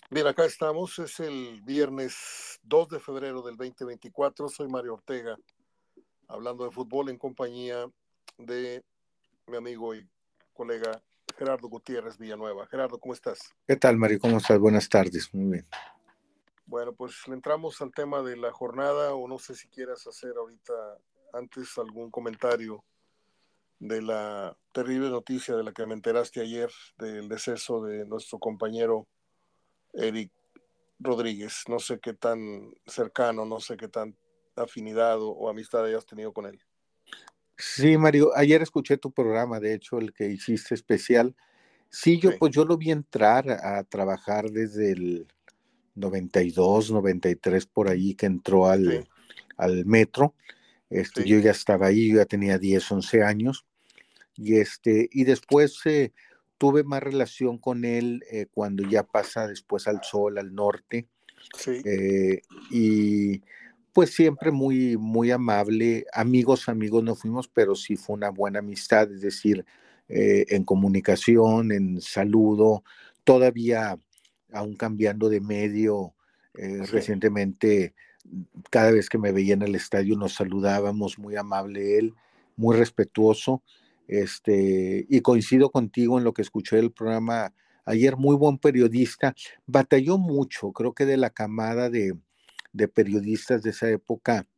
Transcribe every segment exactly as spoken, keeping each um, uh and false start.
Bien, acá estamos, es el viernes dos de febrero del veinte veinticuatro, soy Mario Ortega, hablando de fútbol en compañía de mi amigo y colega Gerardo Gutiérrez Villanueva. Gerardo, ¿cómo estás? ¿Qué tal, Mario? ¿Cómo estás? Buenas tardes. Muy bien. Bueno, pues le entramos al tema de la jornada, o no sé si quieras hacer ahorita antes algún comentario de la terrible noticia de la que me enteraste ayer, del deceso de nuestro compañero Eric Rodríguez. No sé qué tan cercano, no sé qué tan afinidad o, o amistad hayas tenido con él. Sí, Mario, ayer escuché tu programa, de hecho, el que hiciste especial. Sí, yo Sí, pues yo lo vi entrar a, a trabajar desde el noventa y dos, noventa y tres, por ahí que entró sí, al, al metro. Este, sí, yo ya estaba ahí, yo ya tenía diez, once años. Y, este, y después eh, tuve más relación con él eh, cuando ya pasa después al sol, al norte. sí, eh, y pues siempre muy, muy amable. Amigos, amigos no fuimos, pero sí fue una buena amistad, es decir, eh, en comunicación, en saludo, todavía aún cambiando de medio, eh, sí, recientemente, cada vez que me veía en el estadio nos saludábamos, muy amable él, muy respetuoso, este, y coincido contigo en lo que escuché del programa ayer, muy buen periodista, batalló mucho, creo que de la camada de, de periodistas de esa época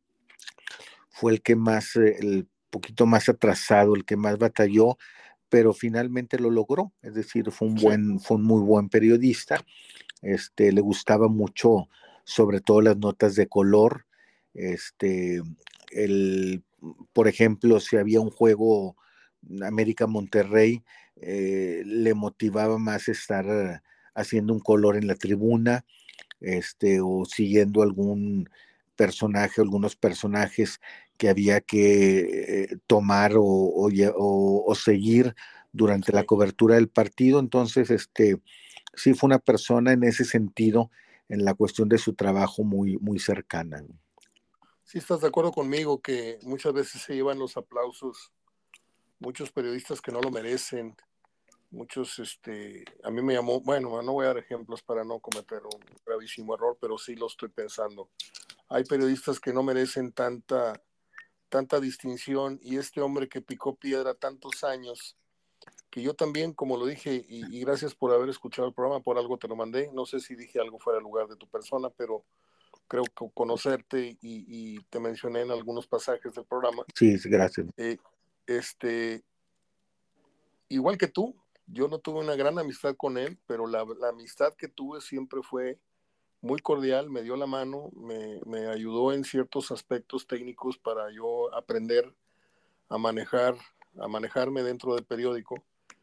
fue el que más, eh, el poquito más atrasado, el que más batalló, pero finalmente lo logró, es decir, fue un sí, buen, fue un muy buen periodista, este, le gustaba mucho, sobre todo las notas de color, este, el, por ejemplo, si había un juego América Monterrey, eh, le motivaba más estar eh, haciendo un color en la tribuna, este, o siguiendo algún personaje, algunos personajes que había que eh, tomar o, o, o, o, seguir durante la sí. cobertura del partido. Entonces, este, sí fue una persona en ese sentido, en la cuestión de su trabajo, muy, muy cercana. Sí, estás de acuerdo conmigo que muchas veces se llevan los aplausos muchos periodistas que no lo merecen, muchos, este, a mí me llamó, bueno, no voy a dar ejemplos para no cometer un gravísimo error, pero sí lo estoy pensando. Hay periodistas que no merecen tanta, tanta distinción y este hombre que picó piedra tantos años, que yo también, como lo dije, y, y gracias por haber escuchado el programa, por algo te lo mandé, no sé si dije algo fuera del lugar de tu persona, pero creo que conocerte y, y te mencioné en algunos pasajes del programa, Sí, gracias. eh, este, igual que tú, yo no tuve una gran amistad con él, pero la, la amistad que tuve siempre fue muy cordial, me dio la mano, me, me ayudó en ciertos aspectos técnicos para yo aprender a manejar, a manejarme dentro del periódico.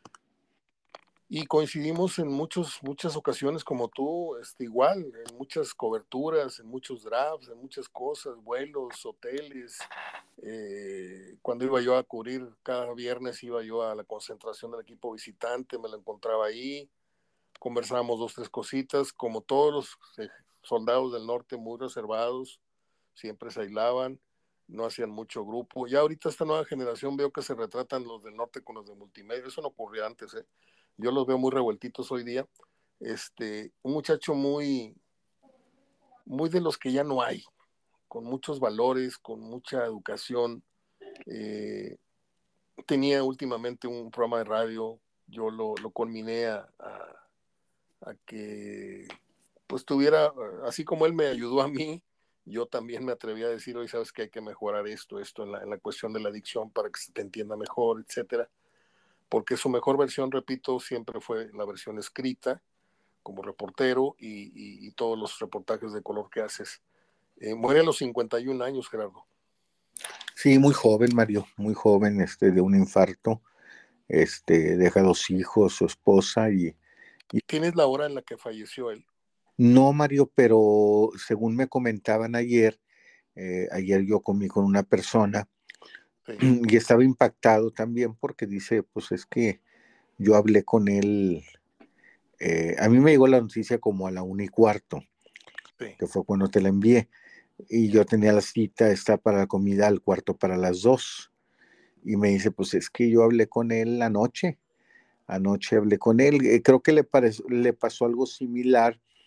Y coincidimos en muchos, muchas ocasiones como tú, este, igual, en muchas coberturas, en muchos drafts, en muchas cosas, vuelos, hoteles. Eh, cuando iba yo a cubrir cada viernes, iba yo a la concentración del equipo visitante, me lo encontraba ahí, conversábamos dos, tres cositas, como todos los eh, soldados del norte, muy reservados, siempre se aislaban, no hacían mucho grupo. Ya ahorita esta nueva generación veo que se retratan los del norte con los de multimedia, eso no ocurría antes, ¿eh? Yo los veo muy revueltitos hoy día. Este, un muchacho muy, muy de los que ya no hay, con muchos valores, con mucha educación. Eh, tenía últimamente un programa de radio, yo lo, lo conminé a, a, a que pues tuviera, así como él me ayudó a mí, yo también me atreví a decir, hoy sabes que hay que mejorar esto, esto en la, en la cuestión de la adicción para que se te entienda mejor, etcétera. Porque su mejor versión, repito, siempre fue la versión escrita, como reportero y, y, y todos los reportajes de color que haces. Eh, muere a los cincuenta y un años, Gerardo. Sí, muy joven, Mario, muy joven, este, de un infarto, este, deja dos hijos, su esposa y, y ¿Tienes la hora en la que falleció él? no, Mario, pero según me comentaban ayer, eh, ayer yo comí con una persona Sí, y estaba impactado también porque dice, pues es que yo hablé con él, eh, a mí me llegó la noticia como a la una y cuarto, sí, que fue cuando te la envié, y yo tenía la cita, está para la comida al cuarto para las dos, y me dice, pues es que yo hablé con él anoche, anoche hablé con él, eh, creo que le, pareció, le pasó algo similar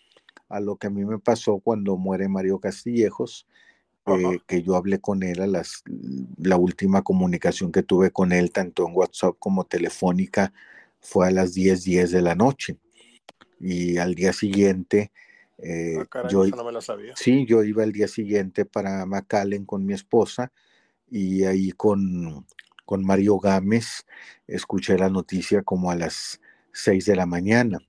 a lo que a mí me pasó cuando muere Mario Castillejos, eh, Ajá. que yo hablé con él a las, la última comunicación que tuve con él, tanto en WhatsApp como telefónica, fue a las diez diez de la noche. Y al día siguiente, Ah, eh, caray, yo, esa no me la sabía. sí, yo iba al día siguiente para McAllen con mi esposa y ahí con, con Mario Gámez escuché la noticia como a las seis de la mañana.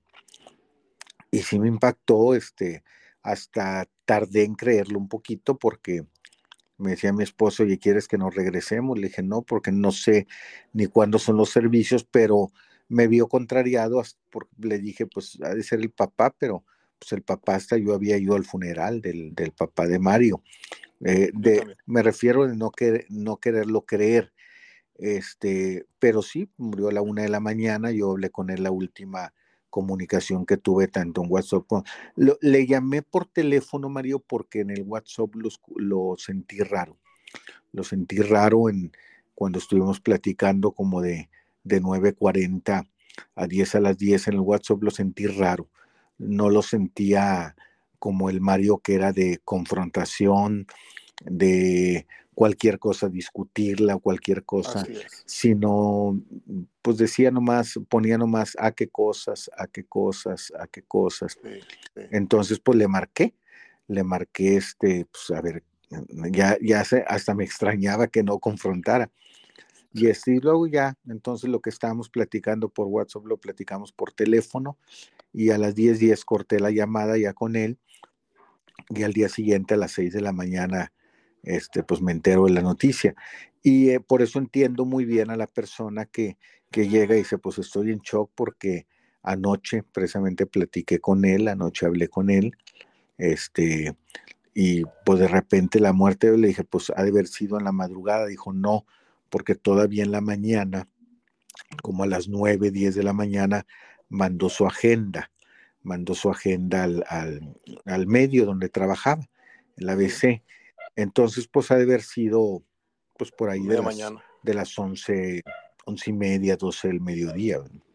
Y sí me impactó, este, hasta tardé en creerlo un poquito porque me decía mi esposo, oye, ¿quieres que nos regresemos? Le dije, no, porque no sé ni cuándo son los servicios, pero me vio contrariado, porque le dije, pues ha de ser el papá, pero pues el papá hasta yo había ido al funeral del, del papá de Mario. Eh, Yo de, también. me refiero de no, querer, no quererlo creer, este, pero sí, murió a la una de la mañana, yo hablé con él la última comunicación que tuve tanto en WhatsApp. Como, lo, le llamé por teléfono, Mario, porque en el WhatsApp los, lo sentí raro lo sentí raro en cuando estuvimos platicando como de, de nueve cuarenta a diez a las diez en el WhatsApp, lo sentí raro. No lo sentía como el Mario que era de confrontación, de cualquier cosa discutirla, cualquier cosa, Así es. sino pues decía nomás, ponía nomás a qué cosas, a qué cosas, a qué cosas. Sí, sí. Entonces, pues le marqué, le marqué este, pues a ver, ya, ya se, hasta me extrañaba que no confrontara. Y, Sí. este, y luego ya, entonces lo que estábamos platicando por WhatsApp lo platicamos por teléfono y a las diez diez corté la llamada ya con él y al día siguiente a las seis de la mañana, este, pues me entero de la noticia. Y eh, por eso entiendo muy bien a la persona que, que llega y dice, pues estoy en shock porque anoche precisamente platiqué con él, anoche hablé con él, este, y pues de repente la muerte, le dije, pues ha de haber sido en la madrugada. Dijo, no, porque todavía en la mañana, como a las nueve, diez de la mañana, mandó su agenda, mandó su agenda al, al, al medio donde trabajaba, en la Ujú. A B C. Entonces, pues ha de haber sido, pues por ahí de Media las, mañana. de las once, once y media, doce del mediodía.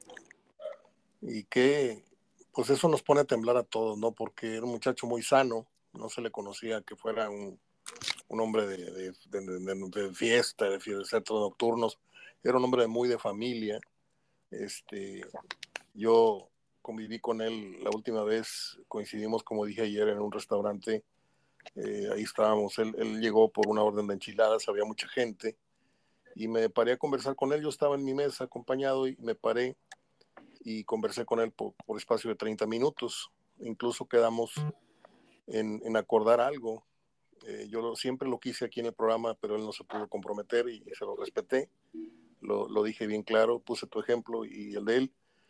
Y que, pues eso nos pone a temblar a todos, ¿no? Porque era un muchacho muy sano, no se le conocía que fuera un, un hombre de, de, de, de, de fiesta, de, de centros nocturnos, era un hombre muy de familia. Este, yo conviví con él la última vez, coincidimos, como dije ayer, en un restaurante. Eh, ahí estábamos, él, él llegó por una orden de enchiladas, había mucha gente, y me paré a conversar con él. Yo estaba en mi mesa acompañado y me paré y conversé con él por, por espacio de treinta minutos. Incluso quedamos en, en acordar algo. Eh, yo lo, siempre lo quise aquí en el programa, pero él no se pudo comprometer y, y se lo respeté. Lo, lo, dije bien claro, puse tu ejemplo y el de él.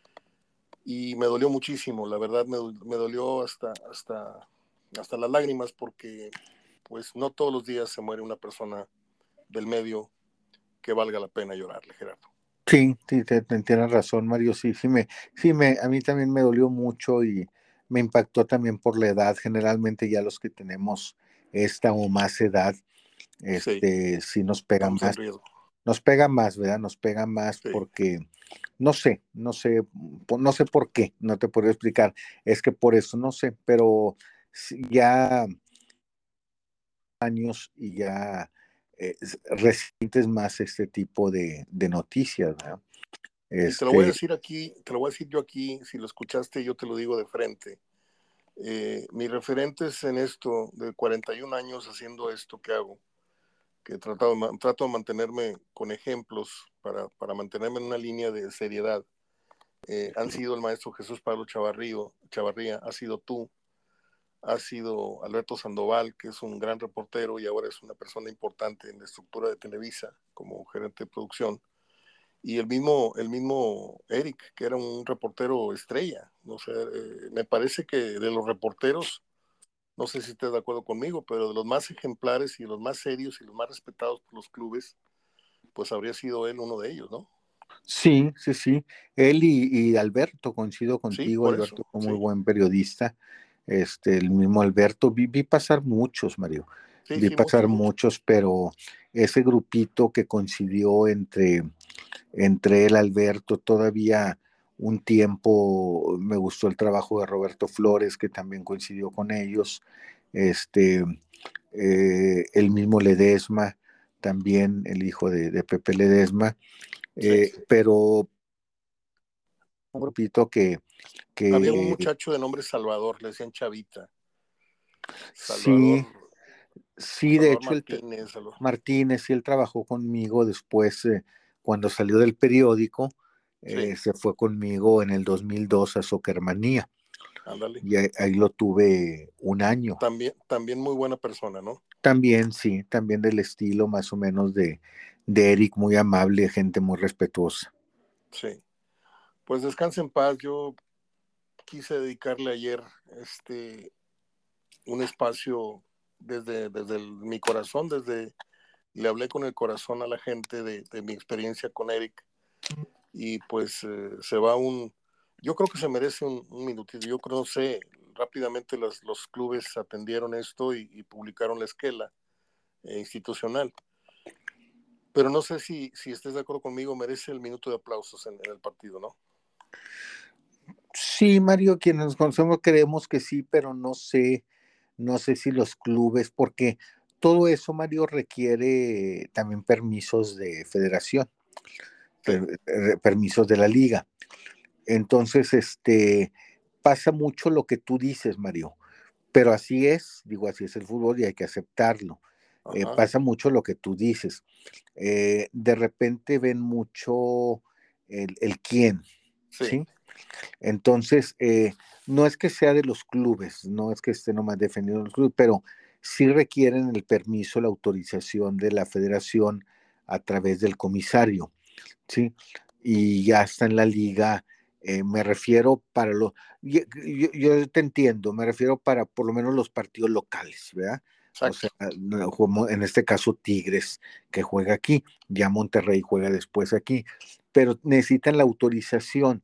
Y me dolió muchísimo, la verdad me, me dolió hasta, hasta, hasta las lágrimas, porque pues no todos los días se muere una persona del medio que valga la pena llorarle, Gerardo. Sí, sí, te, te tienes razón, Mario. Sí, sí me, sí me, a mí también me dolió mucho y me impactó también por la edad. Generalmente ya los que tenemos esta o más edad, Sí, este, sí nos pega estamos en más, riesgo. nos pega más, ¿verdad? Nos pega más Sí, porque, no sé, no sé, no sé por qué, no te puedo explicar. Es que por eso, no sé, pero ya años y ya eh, recientes más este tipo de, de noticias, ¿verdad? y te lo voy a Este, decir aquí, te lo voy a decir yo aquí, si lo escuchaste yo te lo digo de frente. Eh, mis referentes en esto, de cuarenta y un años haciendo esto que hago, que trato, trato de mantenerme con ejemplos para, para mantenerme en una línea de seriedad, eh, han sido el maestro Jesús Pablo Chavarrío, Chavarría, ha sido tú, ha sido Alberto Sandoval, que es un gran reportero y ahora es una persona importante en la estructura de Televisa como gerente de producción, y el mismo, el mismo Eric, que era un reportero estrella. O sea, eh, me parece que de los reporteros, no sé si estás de acuerdo conmigo, pero de los más ejemplares y los más serios y los más respetados por los clubes, pues habría sido él uno de ellos, ¿no? sí, sí, sí. Él y, y Alberto, coincido Sí, contigo, por eso, Alberto fue muy sí, buen periodista. Este, el mismo Alberto, vi, vi pasar muchos, Mario, sí, vi sí, pasar muchos, muchos. muchos, pero ese grupito que coincidió entre, entre él, Alberto, todavía un tiempo me gustó el trabajo de Roberto Flores, que también coincidió con ellos, este, eh, el mismo Ledesma, también el hijo de, de Pepe Ledesma, Sí. eh, pero un grupito que, Había un que muchacho de nombre Salvador, le decían Chavita. Salvador, sí, sí, de Salvador hecho, el Martínez. Salvador. Martínez, sí, él trabajó conmigo después, eh, cuando salió del periódico, Sí, eh, se fue conmigo en el dos mil dos a Soccermanía, ándale. y ahí, ahí lo tuve un año. También, también muy buena persona, ¿no? También, sí, también del estilo más o menos de, de Eric, muy amable, gente muy respetuosa. Sí. Pues descanse en paz. Yo quise dedicarle ayer este un espacio desde, desde el, mi corazón, desde le hablé con el corazón a la gente de, de mi experiencia con Eric y pues eh, se va un, yo creo que se merece un, un minutito, yo creo, no sé, rápidamente los, los clubes atendieron esto y, y publicaron la esquela eh, institucional, pero no sé si, si estés de acuerdo conmigo, merece el minuto de aplausos en, en el partido, ¿no? Sí, Mario, quienes nos conocemos creemos que sí, pero no sé, no sé si los clubes, porque todo eso, Mario, requiere también permisos de federación, Sí, per- eh, permisos de la liga. Entonces, este, pasa mucho lo que tú dices, Mario, pero así es, digo, así es el fútbol y hay que aceptarlo. Eh, ajá, pasa mucho lo que tú dices. Eh, de repente ven mucho el, el quién, sí, ¿sí? Entonces, eh, no es que sea de los clubes, no es que esté nomás defendiendo los clubes, pero sí requieren el permiso, la autorización de la federación a través del comisario, ¿sí? Y ya está en la liga, eh, me refiero para los, yo, yo, yo, te entiendo, me refiero para por lo menos los partidos locales, ¿verdad? O sea, exacto, como en este caso Tigres, que juega aquí, ya Monterrey juega después aquí, pero necesitan la autorización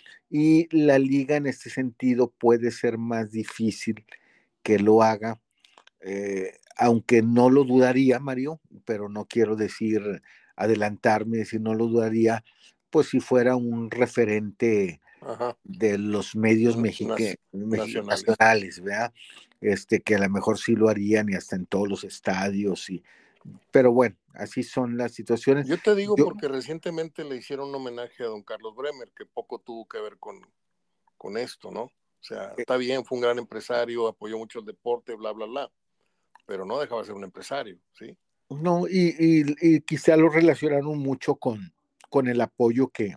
y la liga en este sentido puede ser más difícil que lo haga, eh, aunque no lo dudaría, Mario, pero no quiero decir adelantarme, decir no lo dudaría, pues si fuera un referente ajá, de los medios mexique, nacionales. nacionales, ¿verdad? Este, que a lo mejor sí lo harían y hasta en todos los estadios, y, pero bueno, así son las situaciones. Yo te digo Yo, porque recientemente le hicieron un homenaje a don Carlos Bremer, que poco tuvo que ver con, con esto, ¿no? O sea, está bien, fue un gran empresario, apoyó mucho el deporte, bla, bla, bla, pero no dejaba de ser un empresario, ¿sí? no, y, y, y quizá lo relacionaron mucho con, con el apoyo que,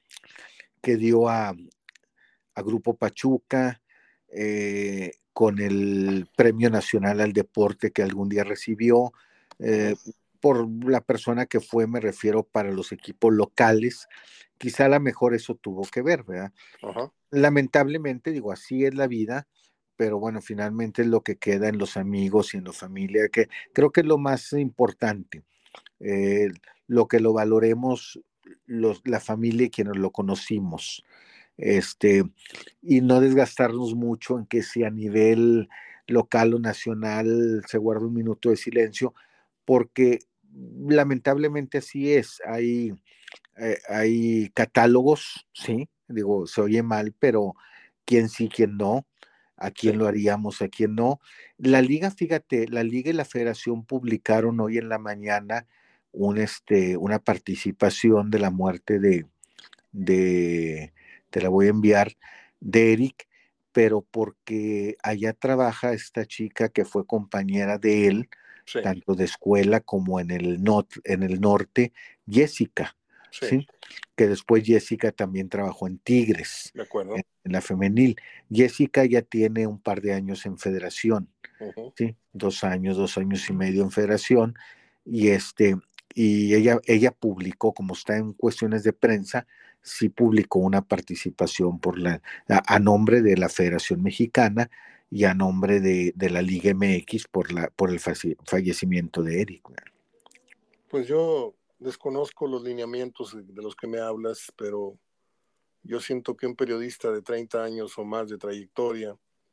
que dio a, a Grupo Pachuca, eh, con el Premio Nacional al Deporte que algún día recibió, Uh-huh. eh, por la persona que fue, me refiero para los equipos locales, quizá a lo mejor eso tuvo que ver, ¿verdad? Uh-huh. Lamentablemente, digo, así es la vida, pero bueno, finalmente es lo que queda en los amigos y en la familia, que creo que es lo más importante, eh, lo que lo valoremos los, la familia y quienes lo conocimos, este, y no desgastarnos mucho en que si a nivel local o nacional se guarda un minuto de silencio, porque lamentablemente así es, hay, eh, hay catálogos, sí, digo, se oye mal, pero quién sí, quién no, a quién Sí, lo haríamos, a quién no. La liga, fíjate, la liga y la federación publicaron hoy en la mañana un, este, una participación de la muerte de, de, te la voy a enviar, de Eric, pero porque allá trabaja esta chica que fue compañera de él, sí, tanto de escuela como en el, not, en el norte, Jessica, sí, ¿sí? Que después Jessica también trabajó en Tigres, de acuerdo. en, en la femenil. Jessica ya tiene un par de años en federación, Uh-huh. ¿sí? Dos años, dos años y medio en federación, y este, y ella, ella publicó, como está en cuestiones de prensa, sí publicó una participación por la, a, a nombre de la Federación Mexicana y a nombre de, de la Liga M X por, la, por el fallecimiento de Eric. Pues yo desconozco los lineamientos de los que me hablas, pero yo siento que un periodista de treinta años o más de trayectoria,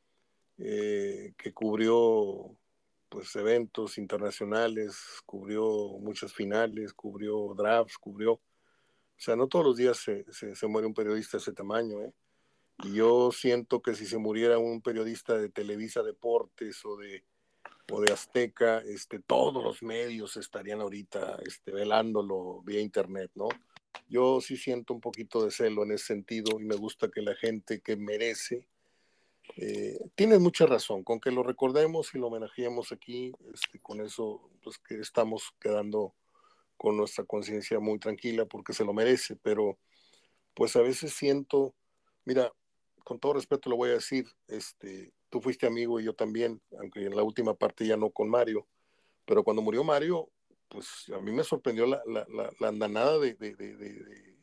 eh, que cubrió pues eventos internacionales, cubrió muchas finales, cubrió drafts, cubrió O sea, no todos los días se, se, se muere un periodista de ese tamaño, ¿eh? Y yo siento que si se muriera un periodista de Televisa Deportes o de, o de Azteca, este, todos los medios estarían ahorita este, velándolo vía internet, ¿no? Yo sí siento un poquito de celo en ese sentido y me gusta que la gente que merece, eh, tienes mucha razón, con que lo recordemos y lo homenajeemos aquí, este, con eso pues que estamos quedando con nuestra conciencia muy tranquila porque se lo merece, pero pues a veces siento, mira, con todo respeto lo voy a decir, este, tú fuiste amigo y yo también, aunque en la última parte ya no con Mario, pero cuando murió Mario, pues a mí me sorprendió la, la, la, la andanada de, de, de, de,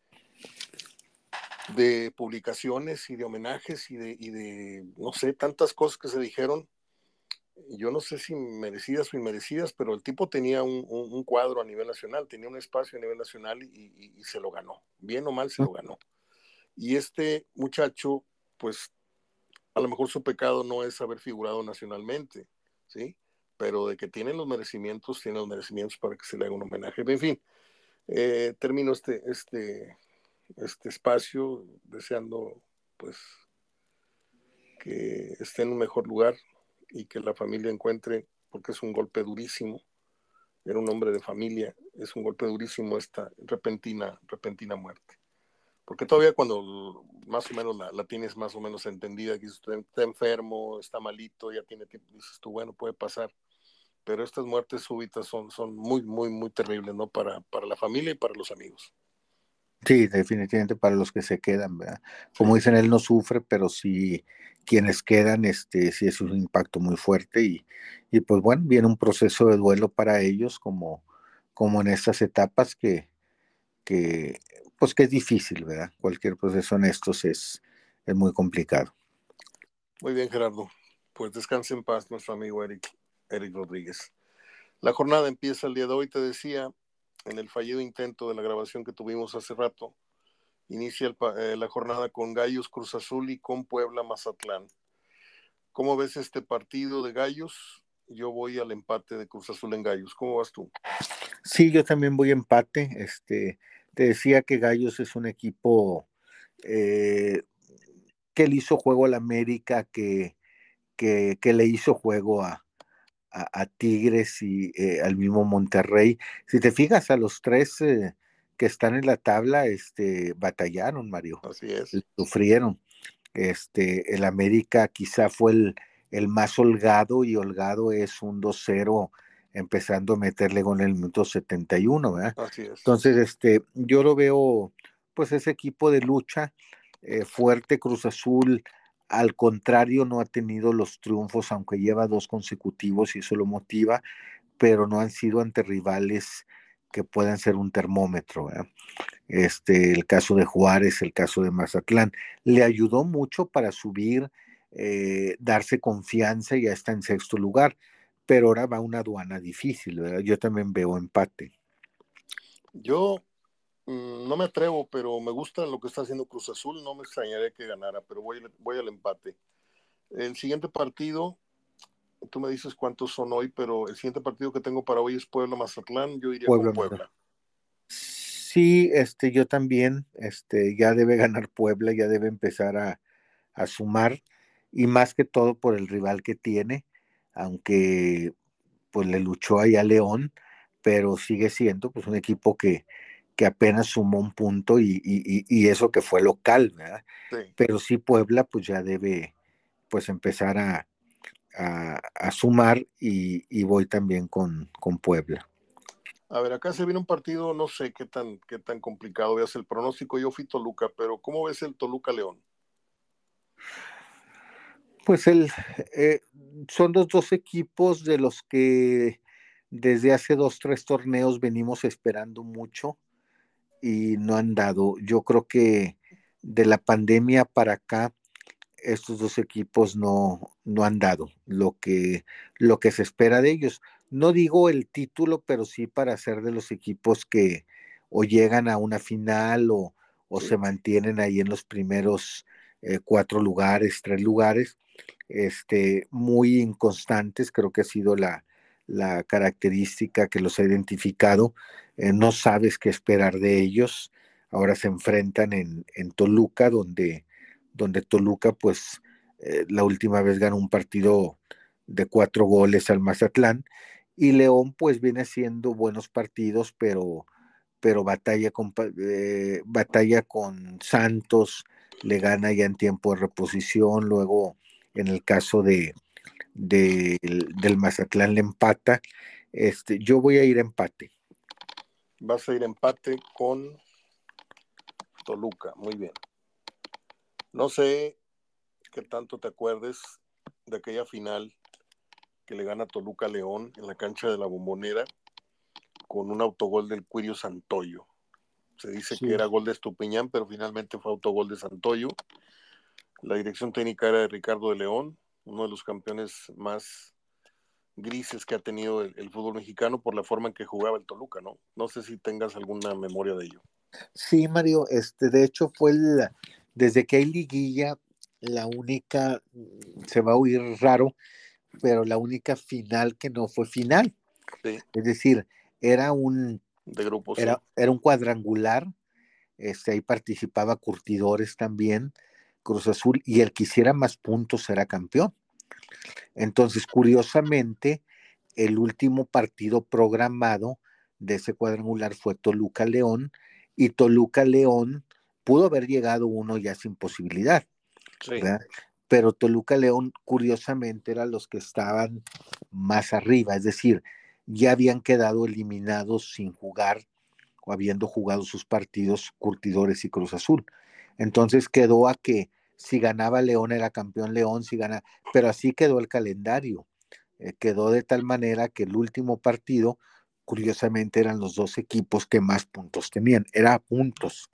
de publicaciones y de homenajes y de, y de, no sé, tantas cosas que se dijeron. Yo no sé si merecidas o inmerecidas, pero el tipo tenía un, un, un cuadro a nivel nacional, tenía un espacio a nivel nacional y, y, y se lo ganó. Bien o mal se lo ganó. Y este muchacho, pues a lo mejor su pecado no es haber figurado nacionalmente, ¿sí? Pero de que tiene los merecimientos, tiene los merecimientos para que se le haga un homenaje. En fin, eh, termino este, este, este espacio deseando, pues, que esté en un mejor lugar y que la familia encuentre, porque es un golpe durísimo, era un hombre de familia, es un golpe durísimo esta repentina, repentina muerte. Porque todavía cuando más o menos la, la tienes más o menos entendida, que está, está enfermo, está malito, ya tiene tiempo, dices tú, bueno, puede pasar. Pero estas muertes súbitas son, son muy, muy, muy terribles, ¿no? Para, para la familia y para los amigos. Sí, definitivamente para los que se quedan, ¿verdad? Como Sí. dicen, él no sufre, pero sí quienes quedan, este, sí es un impacto muy fuerte y, y pues bueno, viene un proceso de duelo para ellos como, como en estas etapas que, que, pues que es difícil, ¿verdad? Cualquier proceso en estos es, es muy complicado. Muy bien, Gerardo. Pues descanse en paz nuestro amigo Eric, Eric Rodríguez. La jornada empieza el día de hoy, te decía, en el fallido intento de la grabación que tuvimos hace rato. Inicia el, eh, la jornada con Gallos Cruz Azul y con Puebla Mazatlán. ¿Cómo ves este partido de Gallos? Yo voy al empate de Cruz Azul en Gallos. ¿Cómo vas tú? Sí, yo también voy empate. Este, te decía que Gallos es un equipo eh, que le hizo juego al América, que, que, que le hizo juego a, a, a Tigres y eh, al mismo Monterrey. Si te fijas, a los tres eh, que están en la tabla, este, batallaron, Mario, Así es. sufrieron. Este, el América quizá fue el, el más holgado y holgado es un dos cero empezando a meterle con el minuto setenta y uno, ¿verdad? Así es. Entonces, este, yo lo veo, pues ese equipo de lucha eh, fuerte, Cruz Azul, al contrario, no ha tenido los triunfos, aunque lleva dos consecutivos y eso lo motiva, pero no han sido ante rivales que puedan ser un termómetro, ¿verdad? Este, el caso de Juárez, el caso de Mazatlán, le ayudó mucho para subir, eh, darse confianza y ya está en sexto lugar, pero ahora va una aduana difícil, ¿verdad? Yo también veo empate. Yo mmm, no me atrevo, pero me gusta lo que está haciendo Cruz Azul. No me extrañaría que ganara, pero voy, voy al empate. El siguiente partido, tú me dices cuántos son hoy, pero el siguiente partido que tengo para hoy es Puebla-Mazatlán. Yo iría con Puebla, Mazatlán. Puebla. Sí, este, yo también, este, ya debe ganar Puebla, ya debe empezar a, a sumar, y más que todo por el rival que tiene, aunque pues le luchó ahí a León, pero sigue siendo pues un equipo que, que apenas sumó un punto y, y, y eso que fue local, ¿verdad? Sí. Pero sí Puebla pues ya debe pues empezar a, a, a sumar y, y, voy también con, con Puebla. A ver, acá se viene un partido, no sé qué tan, qué tan complicado veas el pronóstico. Yo fui Toluca, pero ¿cómo ves el Toluca-León? Pues el, eh, son los dos equipos de los que desde hace dos, tres torneos venimos esperando mucho y no han dado. Yo creo que de la pandemia para acá, estos dos equipos no, no han dado lo que, lo que se espera de ellos. No digo el título, pero sí para ser de los equipos que o llegan a una final o, o Sí. se mantienen ahí en los primeros eh, cuatro lugares, tres lugares, este, muy inconstantes, creo que ha sido la, la característica que los ha identificado. Eh, no sabes qué esperar de ellos. ahora se enfrentan en, en Toluca, donde, donde Toluca, pues, eh, la última vez ganó un partido de cuatro goles al Mazatlán, y León, pues, viene haciendo buenos partidos, pero, pero batalla con, eh, batalla con Santos, le gana ya en tiempo de reposición, luego en el caso de, de del Mazatlán le empata. Este, yo voy a ir a empate. Vas a ir empate con Toluca, muy bien. No sé qué tanto te acuerdes de aquella final que le gana Toluca a León en la cancha de la Bombonera con un autogol del Cuirio Santoyo. Se dice Sí. que era gol de Estupiñán, pero finalmente fue autogol de Santoyo. La dirección técnica era de Ricardo de León, uno de los campeones más grises que ha tenido el, el fútbol mexicano por la forma en que jugaba el Toluca, ¿no? No sé si tengas alguna memoria de ello. Sí, Mario, este, de hecho fue el, desde que hay liguilla, la única, se va a oír raro, pero la única final que no fue final. Sí, Es decir, era un, de grupo, sí. era, era un cuadrangular, este, ahí participaba Curtidores también, Cruz Azul, y el que hiciera más puntos era campeón. Entonces, curiosamente, el último partido programado de ese cuadrangular fue Toluca León, y Toluca León pudo haber llegado uno ya sin posibilidad, Sí. ¿verdad? Pero Toluca León, curiosamente, eran los que estaban más arriba, es decir, ya habían quedado eliminados sin jugar o habiendo jugado sus partidos Curtidores y Cruz Azul. Entonces quedó a que si ganaba León era campeón León, si gana, pero así quedó el calendario. Eh, quedó de tal manera que el último partido, curiosamente, eran los dos equipos que más puntos tenían, era puntos.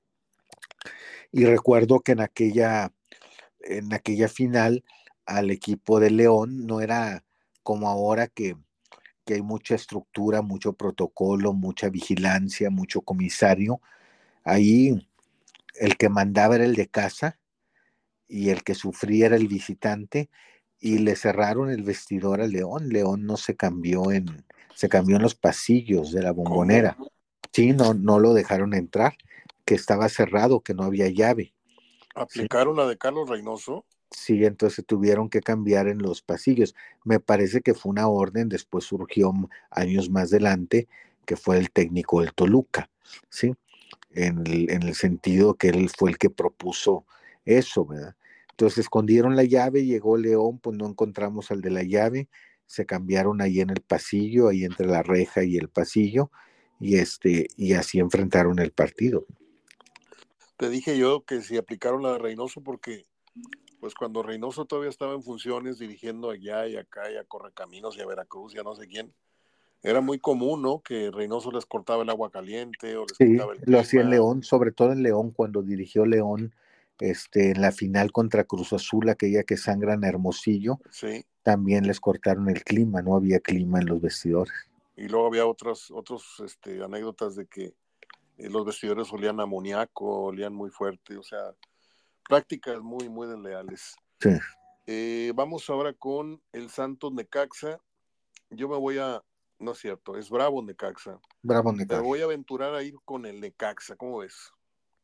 Y recuerdo que en aquella, en aquella final al equipo de León no era como ahora que, que hay mucha estructura, mucho protocolo, mucha vigilancia, mucho comisario. Ahí el que mandaba era el de casa y el que sufría era el visitante, y Sí. le cerraron el vestidor a León. León no se cambió en, se cambió en los pasillos de la ¿Cómo? Bombonera. Sí, no, no lo dejaron entrar, que estaba cerrado, que no había llave. Sí, ¿Aplicaron la de Carlos Reynoso? sí, entonces tuvieron que cambiar en los pasillos. Me parece que fue una orden, después surgió años más adelante, que fue el técnico del Toluca, ¿sí? En el, en el sentido que él fue el que propuso eso, ¿verdad? Entonces escondieron la llave, llegó León, pues no encontramos al de la llave, se cambiaron ahí en el pasillo, ahí entre la reja y el pasillo, y este, y así enfrentaron el partido. Te dije yo que si aplicaron la de Reynoso porque, pues cuando Reynoso todavía estaba en funciones dirigiendo allá y acá y a Correcaminos y a Veracruz y a no sé quién, era muy común, ¿no? Que Reynoso les cortaba el agua caliente o les Sí, quitaba el lo hacía en clima. León, sobre todo en León, cuando dirigió León, este, en la final contra Cruz Azul, aquella que sangran a Hermosillo, Sí. también les cortaron el clima, no había clima en los vestidores. Y luego había otras otros, este, anécdotas de que eh, los vestidores olían a amoníaco, olían muy fuerte, o sea, prácticas muy, muy desleales. Sí, Eh, vamos ahora con el Santos Necaxa. Yo me voy a, no es cierto, es Bravo Necaxa. bravo Me Necaxa. voy a aventurar a ir con el Necaxa, ¿cómo ves?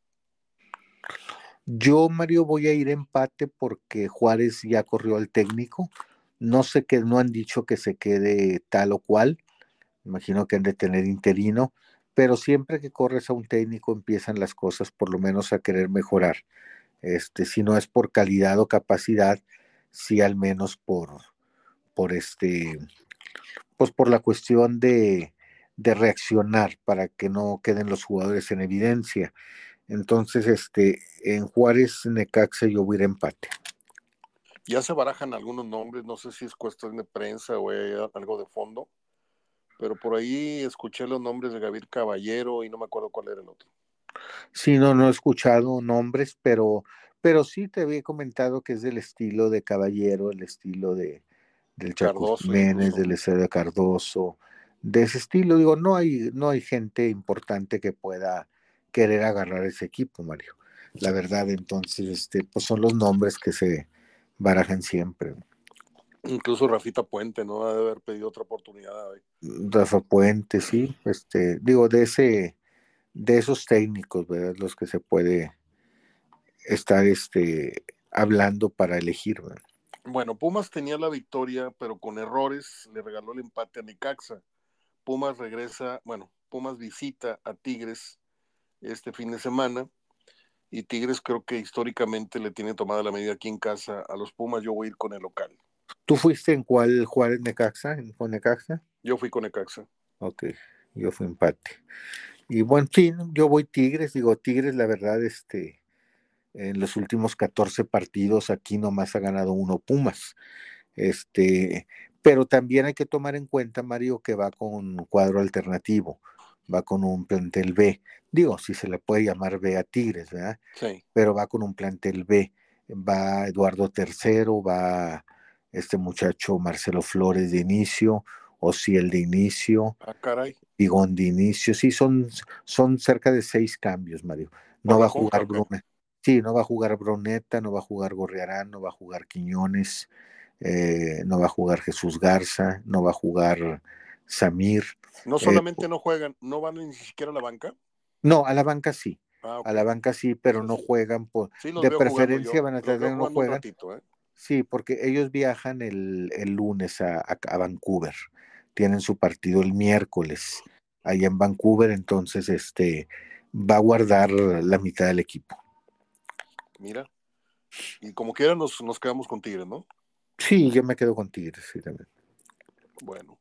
Yo, Mario, voy a ir empate porque Juárez ya corrió al técnico. No sé que no han dicho que se quede tal o cual. Imagino que han de tener interino, pero siempre que corres a un técnico empiezan las cosas por lo menos a querer mejorar. Este, si no es por calidad o capacidad, sí al menos por, por este, pues por la cuestión de, de reaccionar para que no queden los jugadores en evidencia. Entonces, este, en Juárez, Necaxa, yo voy a ir a empate. Ya se barajan algunos nombres, no sé si es cuestión de prensa o hay algo de fondo, pero por ahí escuché los nombres de Gabriel Caballero y no me acuerdo cuál era el otro. Sí, no, no he escuchado nombres, pero, pero sí te había comentado que es del estilo de Caballero, el estilo de del Chaco Cardoso Jiménez, incluso. del Estrella Cardoso, de ese estilo. Digo, no hay, no hay gente importante que pueda querer agarrar ese equipo, Mario. La verdad, entonces, este, pues son los nombres que se barajan siempre. Incluso Rafita Puente, ¿no? Ha de haber pedido otra oportunidad. ¿Eh? Rafa Puente, sí, este, digo, de ese, de esos técnicos, ¿verdad? Los que se puede estar este, hablando para elegir, ¿verdad? Bueno, Pumas tenía la victoria, pero con errores le regaló el empate a Necaxa. Pumas regresa, bueno, Pumas visita a Tigres este fin de semana y Tigres creo que históricamente le tiene tomada la medida aquí en casa a los Pumas. Yo voy a ir con el local. ¿Tú fuiste en cuál Juárez Necaxa? ¿En con Necaxa? Yo fui con Necaxa. Ok, yo fui empate. Y bueno, sí, yo voy Tigres, digo, Tigres, la verdad, este, en los últimos catorce partidos aquí nomás ha ganado uno Pumas. Este, pero también hay que tomar en cuenta, Mario, que va con un cuadro alternativo, va con un plantel B. Digo, si se le puede llamar B a Tigres, ¿verdad? Sí. Pero va con un plantel B. Va Eduardo Tercero, va este muchacho Marcelo Flores de inicio, Ociel de inicio, Ah, caray. Bigón de inicio. Sí, son, son cerca de seis cambios, Mario. ¿Por No va la a conca jugar o qué? Bruna. Sí, no va a jugar Broneta, no va a jugar Gorriarán, no va a jugar Quiñones, eh, no va a jugar Jesús Garza, no va a jugar Samir. No Eh, solamente no juegan, no van ni siquiera a la banca. no, a la banca sí, Ah, a ok. la banca sí, pero no Sí, juegan por, sí los de veo jugando preferencia yo. van a Los veo tratar, no jugando un juegan, ratito, ¿eh? sí, porque ellos viajan el, el lunes a, a, a Vancouver, tienen su partido el miércoles allá en Vancouver, entonces este va a guardar la mitad del equipo. Mira. Y como quiera nos, nos quedamos con Tigres, ¿no? Sí, yo me quedo con Tigres, sí, también. Bueno.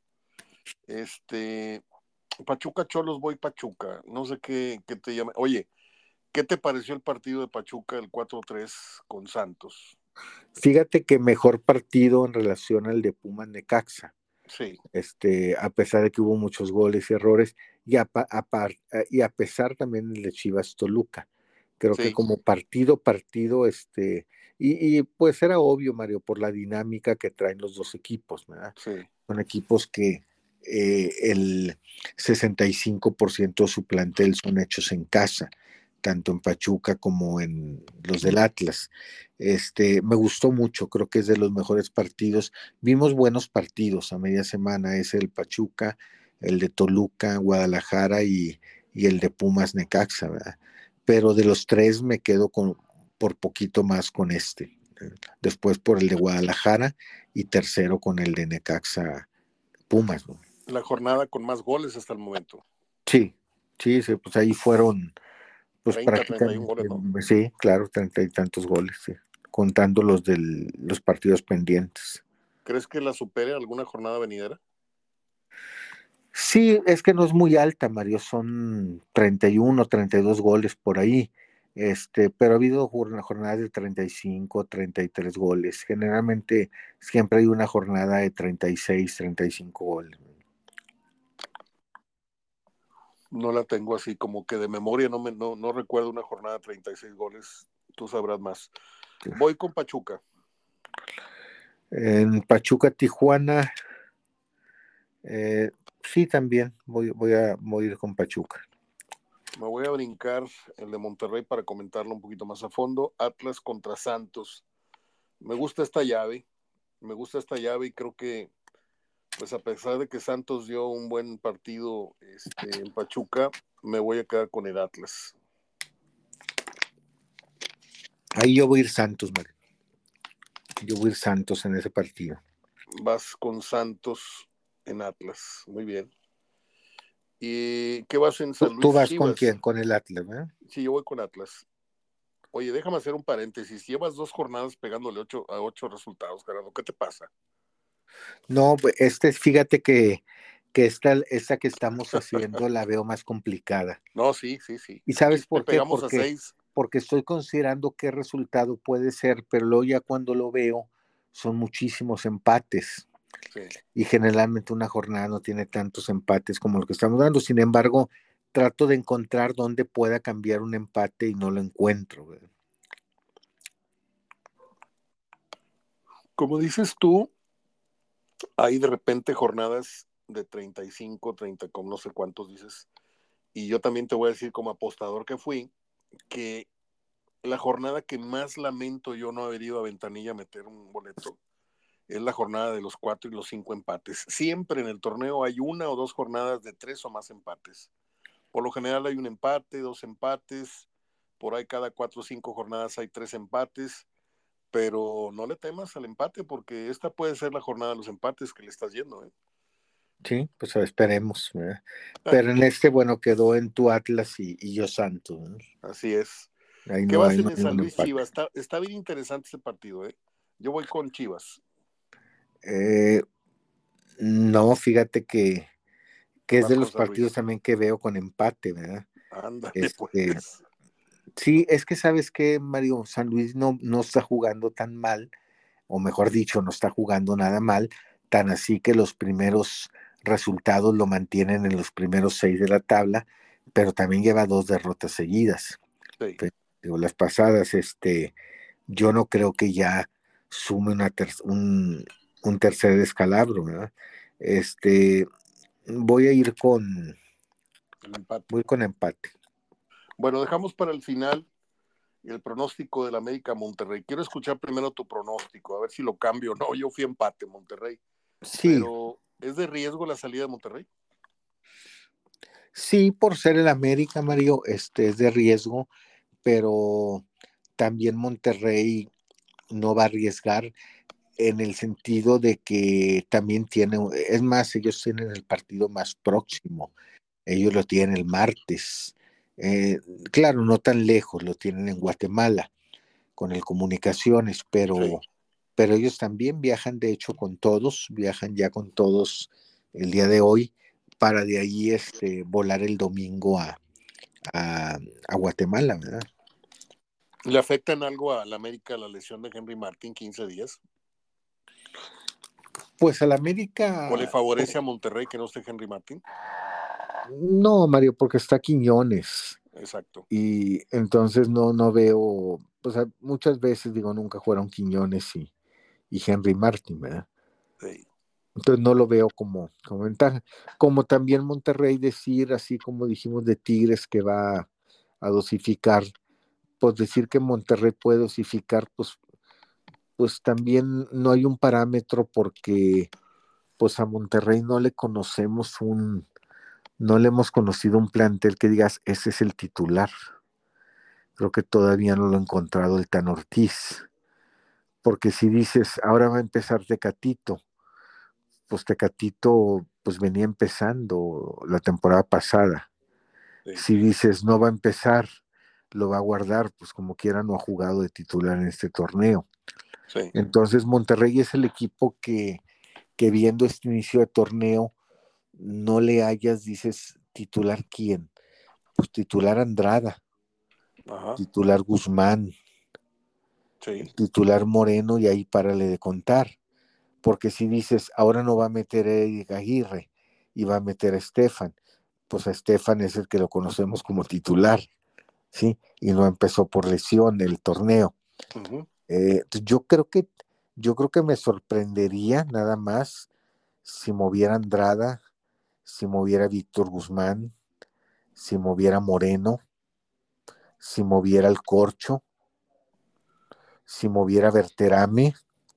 Este. Pachuca Cholos, voy Pachuca. No sé qué, qué te llama. Oye, ¿qué te pareció el partido de Pachuca, el cuatro tres con Santos? Fíjate que mejor partido en relación al de Pumas Necaxa, Sí, este, a pesar de que hubo muchos goles y errores, y a, a, y a pesar también del de Chivas Toluca. Creo que sí, como partido, partido, este, y, y, pues era obvio, Mario, por la dinámica que traen los dos equipos, ¿verdad? sí. Son equipos que eh, el sesenta y cinco por ciento de su plantel son hechos en casa, tanto en Pachuca como en los del Atlas. Este, me gustó mucho, creo que es de los mejores partidos. Vimos buenos partidos a media semana, es el Pachuca, el de Toluca, Guadalajara y, y el de Pumas Necaxa, ¿verdad? Pero de los tres me quedo con, por poquito más con este. Después por el de Guadalajara y tercero con el de Necaxa Pumas, ¿no? La jornada con más goles hasta el momento. Sí, sí, sí, pues ahí fueron, pues treinta, treinta y uno prácticamente, goles, ¿no? sí, claro, treinta y tantos goles, sí, contando los de los partidos pendientes. ¿Crees que la supere alguna jornada venidera? Sí, es que no es muy alta, Mario, son treinta y uno, treinta y dos goles por ahí, este, pero ha habido jornadas de treinta y cinco, treinta y tres goles. Generalmente siempre hay una jornada de treinta y seis, treinta y cinco goles. No la tengo así como que de memoria, no, me, no, no recuerdo una jornada de treinta y seis goles. Tú sabrás más. Voy con Pachuca. En Pachuca, Tijuana, eh, sí, también voy, voy, a, voy a ir con Pachuca. Me voy a brincar el de Monterrey para comentarlo un poquito más a fondo. Atlas contra Santos. Me gusta esta llave. Me gusta esta llave y creo que, pues a pesar de que Santos dio un buen partido este, en Pachuca, me voy a quedar con el Atlas. Ahí yo voy a ir Santos, Mario. Yo voy a ir Santos en ese partido. Vas con Santos en Atlas. Muy bien. ¿Y qué vas en ¿Tú, San tú Luis vas con Chivas? quién? Con el Atlas, ¿verdad? Sí, yo voy con Atlas. Oye, déjame hacer un paréntesis. Llevas dos jornadas pegándole ocho, a ocho resultados, Gerardo. ¿Qué te pasa? No, este, fíjate que, que esta, esta que estamos haciendo la veo más complicada. No, sí, sí, sí. ¿Y Aquí sabes le por qué? pegamos a Porque, seis. porque estoy considerando qué resultado puede ser, pero luego ya cuando lo veo son muchísimos empates. Sí. Y generalmente una jornada no tiene tantos empates como lo que estamos dando. Sin embargo, trato de encontrar dónde pueda cambiar un empate y no lo encuentro, ¿verdad? Como dices tú, hay de repente jornadas de treinta y cinco, treinta, como no sé cuántos dices. Y yo también te voy a decir como apostador que fui, que la jornada que más lamento yo no haber ido a Ventanilla a meter un boleto es la jornada de los cuatro y los cinco empates. Siempre en el torneo hay una o dos jornadas de tres o más empates. Por lo general hay un empate, dos empates, por ahí cada cuatro o cinco jornadas hay tres empates, pero no le temas al empate porque esta puede ser la jornada de los empates que le estás yendo, ¿eh? Sí, pues esperemos, ¿verdad? Pero en este, bueno, quedó en tu Atlas y, y yo Santos, ¿no? Así es. Ahí ¿Qué no va a hay, ser no en hay San un Luis empate. Chivas? Está, está bien interesante ese partido, ¿eh? Yo voy con Chivas. Eh, no, fíjate que, que es Vas de con los San partidos Luis. también que veo con empate, ¿verdad? Ándale, Este, pues. sí, es que sabes que Mario San Luis no, no está jugando tan mal, o mejor dicho, no está jugando nada mal, tan así que los primeros resultados lo mantienen en los primeros seis de la tabla, pero también lleva dos derrotas seguidas. Sí. Digo, las pasadas, este, yo no creo que ya sume una ter un, un tercer descalabro, ¿verdad? Este, voy a ir con, El empate. voy con empate. Bueno, dejamos para el final el pronóstico del América Monterrey. Quiero escuchar primero tu pronóstico, a ver si lo cambio o no. Yo fui empate, Monterrey. Sí, Pero, ¿es de riesgo la salida de Monterrey? sí, por ser el América, Mario, este es de riesgo, pero también Monterrey no va a arriesgar en el sentido de que también tiene, es más, ellos tienen el partido más próximo, ellos lo tienen el martes, eh, claro, no tan lejos, lo tienen en Guatemala con el Comunicaciones, pero, Sí. pero ellos también viajan, de hecho, con todos, viajan ya con todos el día de hoy, para de ahí este, volar el domingo a, a, a Guatemala, ¿verdad? ¿Le afecta en algo a la América la lesión de Henry Martin quince días? Pues al ¿O le América, favorece a Monterrey que no esté Henry Martin? no, Mario, porque está Quiñones. Exacto. Y entonces no, no veo, pues muchas veces digo, nunca fueron Quiñones y, y Henry Martin, ¿verdad? Sí. Entonces no lo veo como, como ventaja. Como también Monterrey decir, así como dijimos de Tigres que va a dosificar, pues decir que Monterrey puede dosificar, pues, pues también no hay un parámetro porque pues a Monterrey no le conocemos un, no le hemos conocido un plantel que digas, ese es el titular. Creo que todavía no lo ha encontrado el Tan Ortiz. Porque si dices, ahora va a empezar Tecatito, pues Tecatito pues venía empezando la temporada pasada. Sí. Si dices, no va a empezar, lo va a guardar, pues como quiera no ha jugado de titular en este torneo. Sí. Entonces Monterrey es el equipo que, que viendo este inicio de torneo, no le hayas, dices, titular quién, pues titular Andrada, Ajá. titular Guzmán, Sí. titular Moreno y ahí párale de contar. Porque si dices, ahora no va a meter a Eric Aguirre y va a meter a Estefan, pues a Estefan es el que lo conocemos como titular, ¿sí? Y no empezó por lesión el torneo. Uh-huh. Eh, yo creo que yo creo que me sorprendería nada más si moviera Andrada, si moviera Víctor Guzmán, si moviera Moreno, si moviera el Corcho, si moviera Berterame,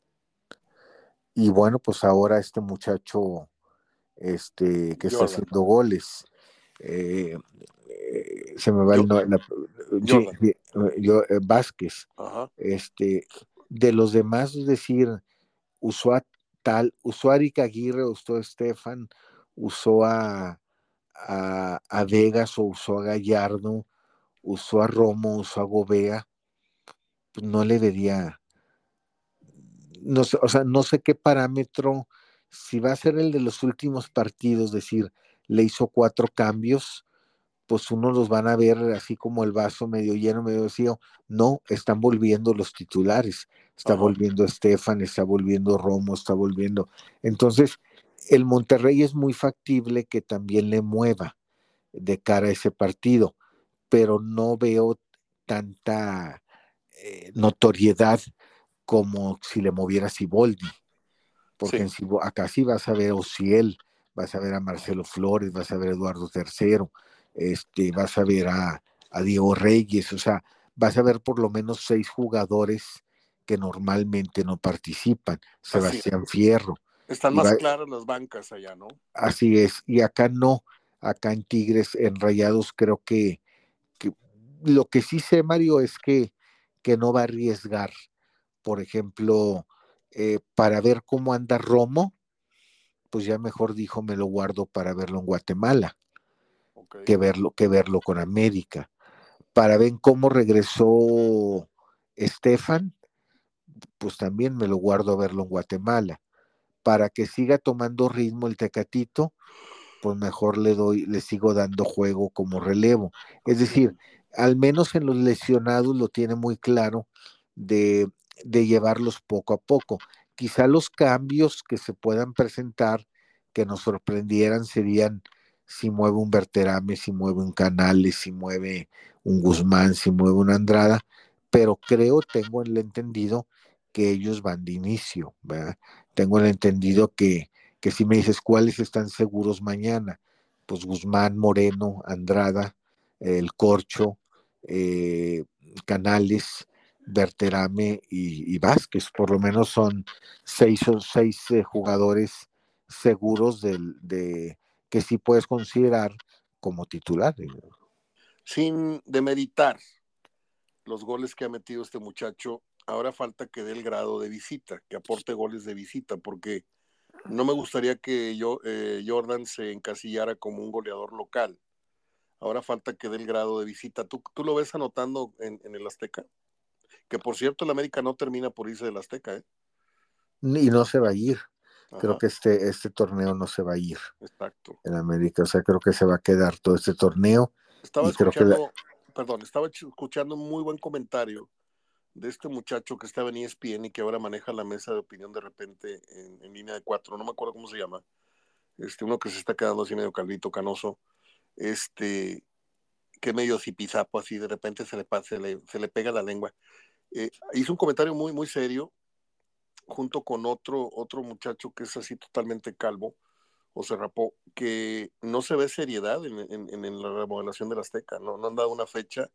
y bueno, pues ahora este muchacho este, que está Jordan. haciendo goles. Eh, eh, se me va el Yo, nombre, sí, Jordan. sí, yo, eh, Vázquez. Ajá. Este, de los demás, es decir, usó a tal, usó a Eric Aguirre, usó a Estefan, usó a, a, a Vegas o usó a Gallardo, usó a Romo, usó a Gobea, pues no le vería, no sé, o sea, no sé qué parámetro, si va a ser el de los últimos partidos, decir, le hizo cuatro cambios, pues uno los van a ver así como el vaso medio lleno, medio vacío. No, están volviendo los titulares. Está Ajá. volviendo Estefan, está volviendo Romo, está volviendo. Entonces, el Monterrey es muy factible que también le mueva de cara a ese partido, pero no veo tanta eh, notoriedad como si le moviera Siboldi, porque en Sí. Cibo, acá sí vas a ver a Ociel, vas a ver a Marcelo Flores, vas a ver a Eduardo Tercero, este, vas a ver a, a Diego Reyes, o sea, vas a ver por lo menos seis jugadores que normalmente no participan, Así. Sebastián Fierro, Están y va, más claras las bancas allá, ¿no? así es, y acá no, acá en Tigres, en Rayados, creo que, que lo que sí sé, Mario, es que, que no va a arriesgar, por ejemplo, eh, para ver cómo anda Romo, pues ya mejor dijo, me lo guardo para verlo en Guatemala, Ok. que verlo, que verlo con América. Para ver cómo regresó Estefan, pues también me lo guardo a verlo en Guatemala. Para que siga tomando ritmo el Tecatito, pues mejor le doy, le sigo dando juego como relevo. Es decir, al menos en los lesionados lo tiene muy claro de, de llevarlos poco a poco. Quizá los cambios que se puedan presentar, que nos sorprendieran, serían si mueve un Berterame, si mueve un Canales, si mueve un Guzmán, si mueve un Andrada, pero creo, tengo el entendido que ellos van de inicio, ¿verdad? Tengo el entendido que, que si me dices cuáles están seguros mañana, pues Guzmán, Moreno, Andrada, el Corcho, eh, Canales, Berterame y, y, Vázquez, por lo menos son seis o seis eh, jugadores seguros del, de que sí puedes considerar como titular. Sin demeritar los goles que ha metido este muchacho, ahora falta que dé el grado de visita, que aporte goles de visita, porque no me gustaría que yo, eh, Jordan se encasillara como un goleador local. Ahora falta que dé el grado de visita. ¿Tú, tú lo ves anotando en, en el Azteca? Que por cierto, el América no termina por irse del Azteca, ¿eh? Y no se va a ir. Creo Ajá, que este, este torneo no se va a ir exacto. en América. O sea, creo que se va a quedar todo este torneo. Estaba Y creo que la, escuchando, perdón, estaba escuchando un muy buen comentario de este muchacho que estaba en E S P N y que ahora maneja la mesa de opinión de repente en, en línea de cuatro, no me acuerdo cómo se llama, este, uno que se está quedando así medio calvito, canoso, este, que medio zipizapo así, de repente se le, se le, se le pega la lengua. Eh, hizo un comentario muy, muy serio, junto con otro, otro muchacho que es así totalmente calvo, o se rapó, que no se ve seriedad en, en, en la remodelación del Azteca, no, no han dado una fecha,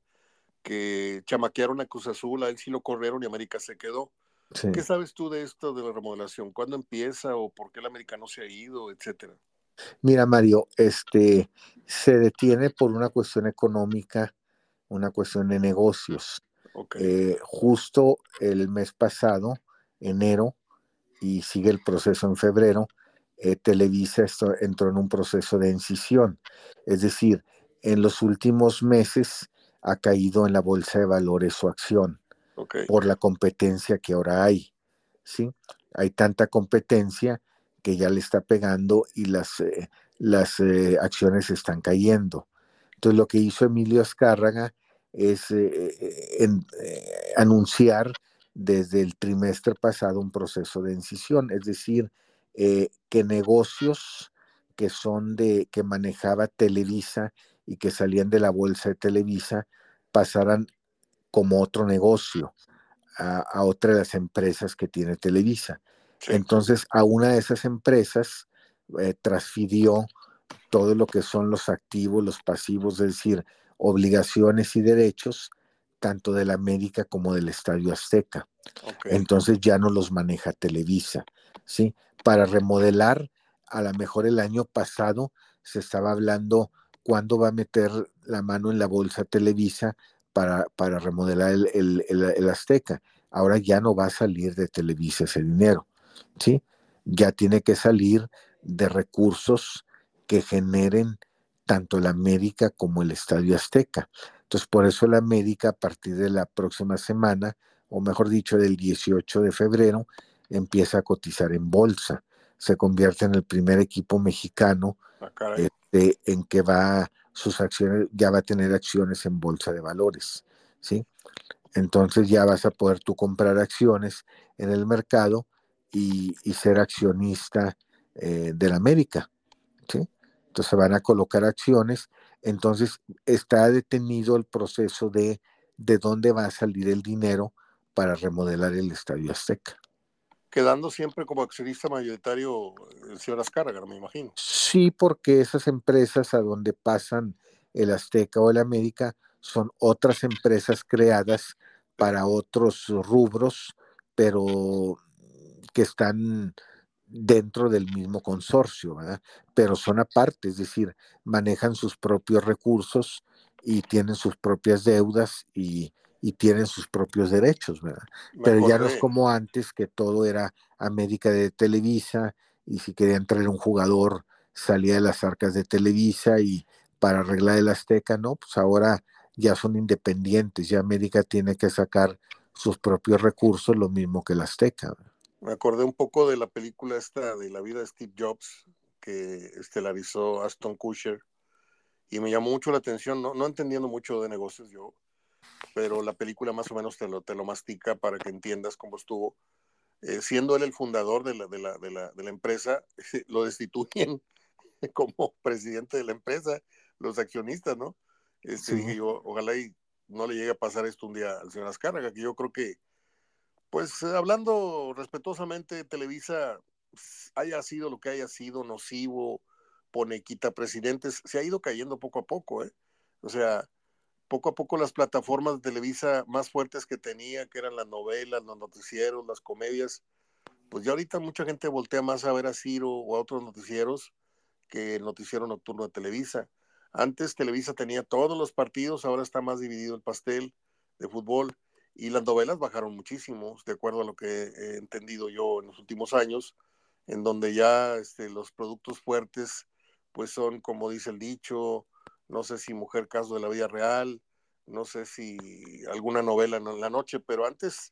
que chamaquearon a Cruz Azul, a él sí lo corrieron y América se quedó. sí. ¿Qué sabes tú de esto de la remodelación? ¿Cuándo empieza o por qué el América no se ha ido, etcétera? Mira, Mario, este se detiene por una cuestión económica, una cuestión de negocios. Ok, Eh, justo el mes pasado, enero, y sigue el proceso en febrero, eh, Televisa esto, entró en un proceso de incisión. Es decir, en los últimos meses ha caído en la bolsa de valores su acción ok, por la competencia que ahora hay. ¿Sí? Hay tanta competencia que ya le está pegando y las, eh, las eh, acciones están cayendo. Entonces lo que hizo Emilio Azcárraga es eh, en, eh, anunciar desde el trimestre pasado un proceso de incisión, es decir, eh, que negocios que son de que manejaba Televisa y que salían de la bolsa de Televisa pasaran como otro negocio a, a otra de las empresas que tiene Televisa. sí, Entonces, a una de esas empresas eh, transfirió todo lo que son los activos, los pasivos, es decir, obligaciones y derechos, tanto de la América como del Estadio Azteca. ok, Entonces ya no los maneja Televisa, ¿sí? Para remodelar, a lo mejor el año pasado se estaba hablando cuándo va a meter la mano en la bolsa Televisa para, para remodelar el, el, el, el Azteca. Ahora ya no va a salir de Televisa ese dinero, ¿sí? Ya tiene que salir de recursos que generen tanto la América como el Estadio Azteca. Entonces, por eso la América a partir de la próxima semana, o mejor dicho, del dieciocho de febrero, empieza a cotizar en bolsa. Se convierte en el primer equipo mexicano ah, caray, este, en que va sus acciones, ya va a tener acciones en bolsa de valores, ¿sí? Entonces ya vas a poder tú comprar acciones en el mercado y, y ser accionista eh, de la América, ¿sí? Entonces se van a colocar acciones, entonces está detenido el proceso de de dónde va a salir el dinero para remodelar el Estadio Azteca. quedando siempre como accionista mayoritario el señor Azcárraga, me imagino. Sí, porque esas empresas a donde pasan el Azteca o el América son otras empresas creadas Sí, para otros rubros, pero que están dentro del mismo consorcio, ¿verdad? Pero son aparte, es decir, manejan sus propios recursos y tienen sus propias deudas y, y tienen sus propios derechos, ¿verdad? Me Pero ya no es acordé, como antes, que todo era América de Televisa, y si querían traer un jugador salía de las arcas de Televisa, y para arreglar el Azteca, no, pues ahora ya son independientes, ya América tiene que sacar sus propios recursos, lo mismo que el Azteca, ¿verdad? me acordé un poco de la película esta de la vida de Steve Jobs, que estelarizó Aston Kutcher, y me llamó mucho la atención, no, no entendiendo mucho de negocios yo, pero la película más o menos te lo, te lo mastica para que entiendas cómo estuvo. Eh, siendo él el fundador de la, de la, de la, de la empresa, lo destituyen como presidente de la empresa, los accionistas, ¿no? Este, Sí, dije yo, ojalá y no le llegue a pasar esto un día al señor Azcárraga, que yo creo que, pues hablando respetuosamente, Televisa pues, haya sido lo que haya sido, nocivo, pone, quita presidentes, se ha ido cayendo poco a poco, ¿eh? O sea, poco a poco las plataformas de Televisa más fuertes que tenía, que eran las novelas, los noticieros, las comedias, pues ya ahorita mucha gente voltea más a ver a Ciro o a otros noticieros que el noticiero nocturno de Televisa. Antes Televisa tenía todos los partidos, ahora está más dividido el pastel de fútbol, y las novelas bajaron muchísimo, de acuerdo a lo que he entendido yo en los últimos años, en donde ya este, los productos fuertes pues son, como dice el dicho, no sé si Mujer Caso de la Vida Real, no sé si alguna novela en la noche, pero antes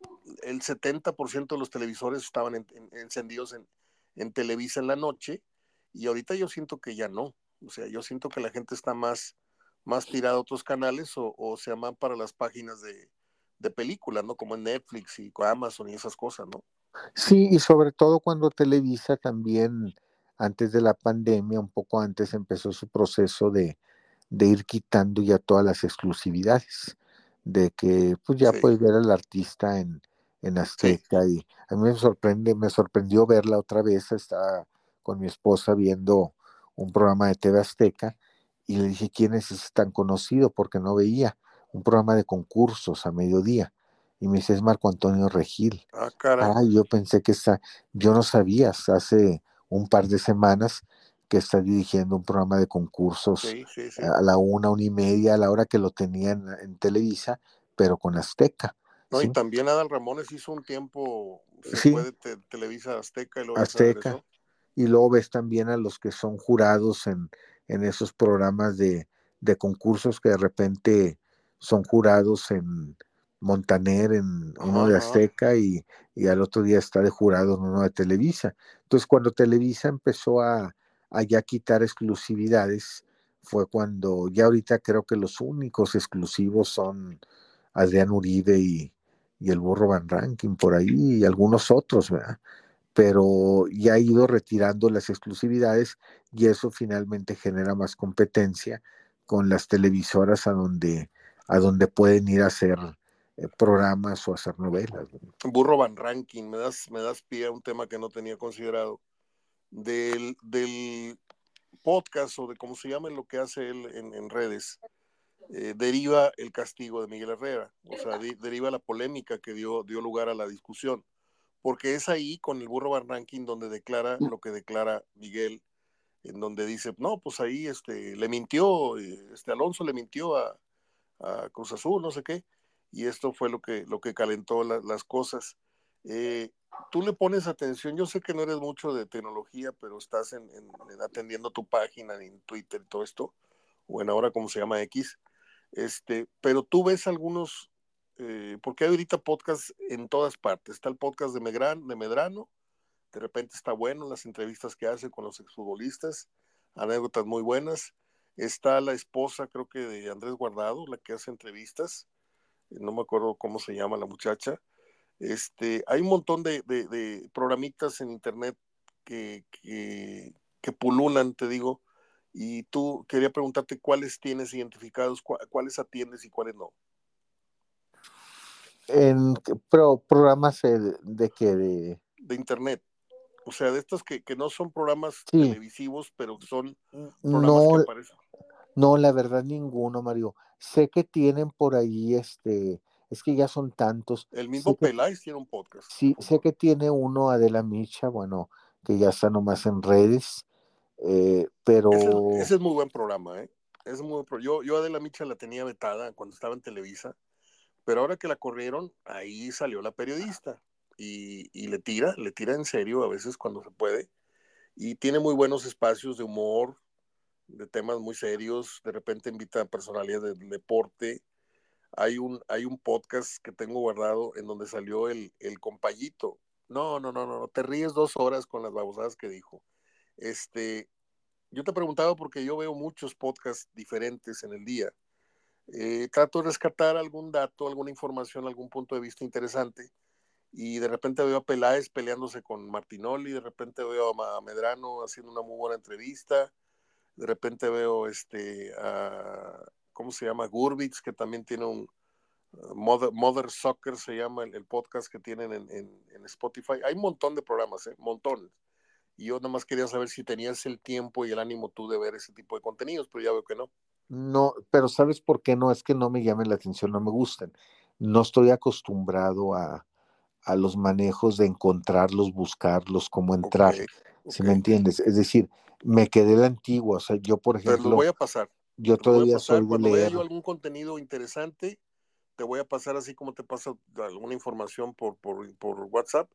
el setenta por ciento de los televisores estaban en, en, encendidos en, en Televisa en la noche, y ahorita yo siento que ya no. O sea, yo siento que la gente está más, más tirada a otros canales, o, o se llaman para las páginas de, de películas, ¿no? Como en Netflix y Amazon y esas cosas, ¿no? sí, y sobre todo cuando Televisa también, antes de la pandemia, un poco antes, empezó su proceso de, de ir quitando ya todas las exclusividades, de que pues ya Sí, puedes ver al artista en, en sí. Azteca, y a mí me sorprende, me sorprendió verla otra vez. Estaba con mi esposa viendo un programa de T V Azteca, y le dije, ¿quién es ese tan conocido? Porque no veía un programa de concursos a mediodía, y me dice, es Marco Antonio Regil. Ah, caray. Ah, yo pensé que está, yo no sabía hasta hace un par de semanas que está dirigiendo un programa de concursos Sí, sí, sí. a la una, una y media, a la hora que lo tenían en Televisa, pero con Azteca, No, y ¿sí? también Adal Ramones hizo un tiempo, se fue Sí, de te, Televisa a Azteca y luego ya se Azteca. regresó. Y luego ves también a los que son jurados en, en esos programas de, de concursos, que de repente son jurados en Montaner, en uno Ajá, de ajá. Azteca, y, y al otro día está de jurado en uno de Televisa. Entonces, cuando Televisa empezó a, a ya quitar exclusividades, fue cuando ya ahorita creo que los únicos exclusivos son Adrián Uribe y, y el Burro Van Rankin por ahí, y algunos otros, ¿verdad? Pero ya ha ido retirando las exclusividades, y eso finalmente genera más competencia con las televisoras a donde, a donde pueden ir a hacer eh, programas o hacer novelas, ¿no? Burro Van Ranking, me das, me das pie a un tema que no tenía considerado. Del, del podcast, o de cómo se llama lo que hace él en, en redes, eh, deriva el castigo de Miguel Herrera, o sea, de, deriva la polémica que dio, dio lugar a la discusión, porque es ahí con el Burro Van Ranking donde declara lo que declara Miguel, en donde dice, no, pues ahí este, le mintió, este Alonso le mintió a, a Cruz Azul, no sé qué, y esto fue lo que, lo que calentó la, las cosas. Eh, Tú le pones atención, yo sé que no eres mucho de tecnología, pero estás en, en, en atendiendo tu página en Twitter y todo esto, o en ahora como se llama X, este, pero tú ves algunos, eh, porque hay ahorita podcast en todas partes, está el podcast de, Megran, de Medrano, de repente está bueno las entrevistas que hace con los exfutbolistas, anécdotas muy buenas. Está la esposa, creo que de Andrés Guardado, la que hace entrevistas, no me acuerdo cómo se llama la muchacha. Este, hay un montón de, de, de programitas en internet que, que, que, pululan, te digo, y tú quería preguntarte cuáles tienes identificados, cu cuáles atiendes y cuáles no. En pro, programas de, de que de... De internet. O sea, de estos que, que no son programas Sí, televisivos, pero son programas que no, aparecen. no, la verdad ninguno, Mario. Sé que tienen por ahí, este, es que ya son tantos. El Sé mismo que Peláez tiene un podcast de sí, sé fútbol. que tiene uno Adela Micha, bueno, que ya está nomás en redes, eh, Ese, es- pero ese es muy buen programa, ¿eh? Es muy buen pro- yo, yo a Adela Micha la tenía vetada cuando estaba en Televisa, pero ahora que la corrieron, ahí salió la periodista y, y le tira, le tira en serio a veces cuando se puede y tiene muy buenos espacios de humor, de temas muy serios, de repente invita a personalidades del deporte. Hay un, hay un podcast que tengo guardado en donde salió el, el compayito. No, no, no, no, no, te ríes dos horas con las babosadas que dijo. Este, yo te preguntaba porque yo veo muchos podcasts diferentes en el día. Eh, trato de rescatar algún dato, alguna información, algún punto de vista interesante y de repente veo a Peláez peleándose con Martinoli, de repente veo a Medrano haciendo una muy buena entrevista, de repente veo este, a, ¿cómo se llama? Gurbitz, que también tiene un uh, Mother, Mother Soccer, se llama el, el podcast que tienen en, en, en, Spotify. Hay un montón de programas, ¿eh? Montones. Y yo nada más quería saber si tenías el tiempo y el ánimo tú de ver ese tipo de contenidos, pero ya veo que no. no, pero ¿sabes por qué no? Es que no me llamen la atención, no me gustan. No estoy acostumbrado a, a los manejos de encontrarlos, buscarlos, cómo Ok, entrar, si ok. me entiendes. Es decir, me quedé la antigua, o sea, yo por Te los voy ejemplo, a pasar. yo Te los voy a todavía pasar. soy de Cuando vea leer, yo algún contenido interesante, te voy a pasar así como te paso alguna información por, por, por WhatsApp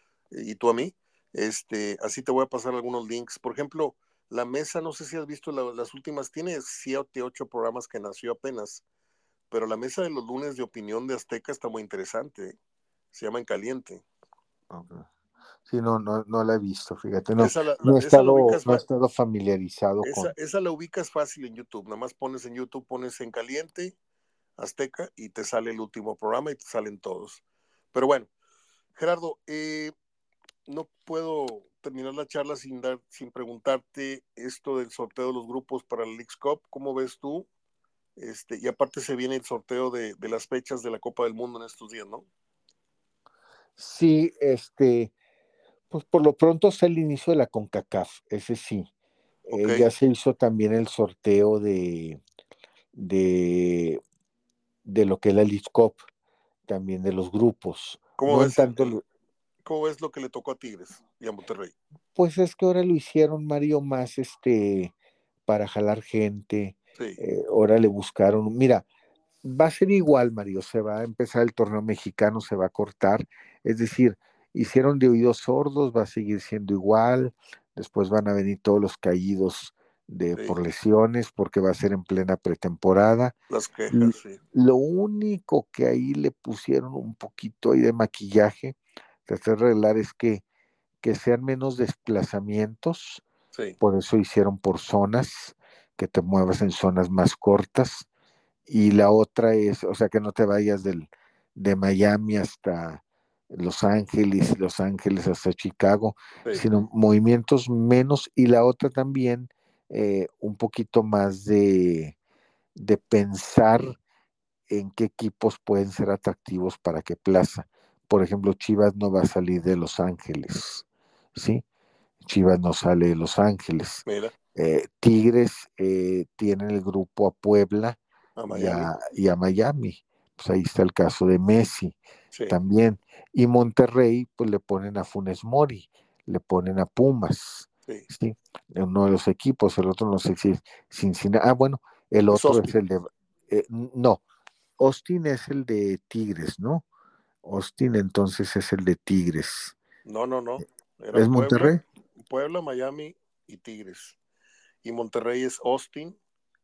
y tú a mí. Este, así te voy a pasar algunos links. Por ejemplo, la mesa, no sé si has visto la, las últimas, tiene siete, ocho programas que nació apenas, pero la mesa de los lunes de opinión de Azteca está muy interesante. ¿Eh? Se llama En Caliente. okay. Sí, no, no, no la he visto, fíjate, no, Esa la, la, no he esa la estado, ubicas, no he estado familiarizado esa, con. esa la ubicas fácil en YouTube. Nada más pones en YouTube, pones En Caliente Azteca y te sale el último programa y te salen todos. Pero bueno, Gerardo, eh, no puedo terminar la charla sin dar, sin preguntarte esto del sorteo de los grupos para el Leagues Cup. ¿Cómo ves tú? Este, y aparte se viene el sorteo de, de las fechas de la Copa del Mundo en estos días, ¿no? Sí, este, pues por lo pronto es el inicio de la CONCACAF, ese sí. Ok. Eh, ya se hizo también el sorteo de, de, de lo que es la League Cup, también de los grupos. ¿Cómo No en ves, el, tanto, el, lo- ¿Cómo ves lo que le tocó a Tigres y a Monterrey? pues es que ahora lo hicieron, Mario, más este, para jalar gente, Sí, eh, ahora le buscaron, mira, va a ser igual, Mario, se va a empezar el torneo mexicano, se va a cortar, es decir, hicieron de oídos sordos, va a seguir siendo igual, después van a venir todos los caídos de, sí. por lesiones, porque va a ser en plena pretemporada. Las L- quejas, sí. Lo único que ahí le pusieron un poquito ahí de maquillaje, tratar de arreglar es que, que sean menos desplazamientos, Sí. por eso hicieron por zonas, que te muevas en zonas más cortas y la otra es, o sea, que no te vayas del, de Miami hasta Los Ángeles y Los Ángeles hasta Chicago, Sí. sino movimientos menos y la otra también eh, un poquito más de, de pensar en qué equipos pueden ser atractivos para qué plaza. Por ejemplo, Chivas no va a salir de Los Ángeles, ¿sí? Chivas no sale de Los Ángeles. Mira, Eh, Tigres eh, tiene el grupo a Puebla a y Miami. a, y a Miami. Pues ahí está el caso de Messi Sí, también. Y Monterrey, pues le ponen a Funes Mori, le ponen a Pumas, sí. ¿sí? Uno de los equipos, el otro no sé si es Cincinnati. Ah, bueno, el Es otro es Austin. el de. Eh, no, Austin es el de Tigres, ¿no? Austin entonces es el de Tigres. No, no, no. Era ¿Es Puebla, Monterrey? Puebla, Miami y Tigres. Y Monterrey es Austin.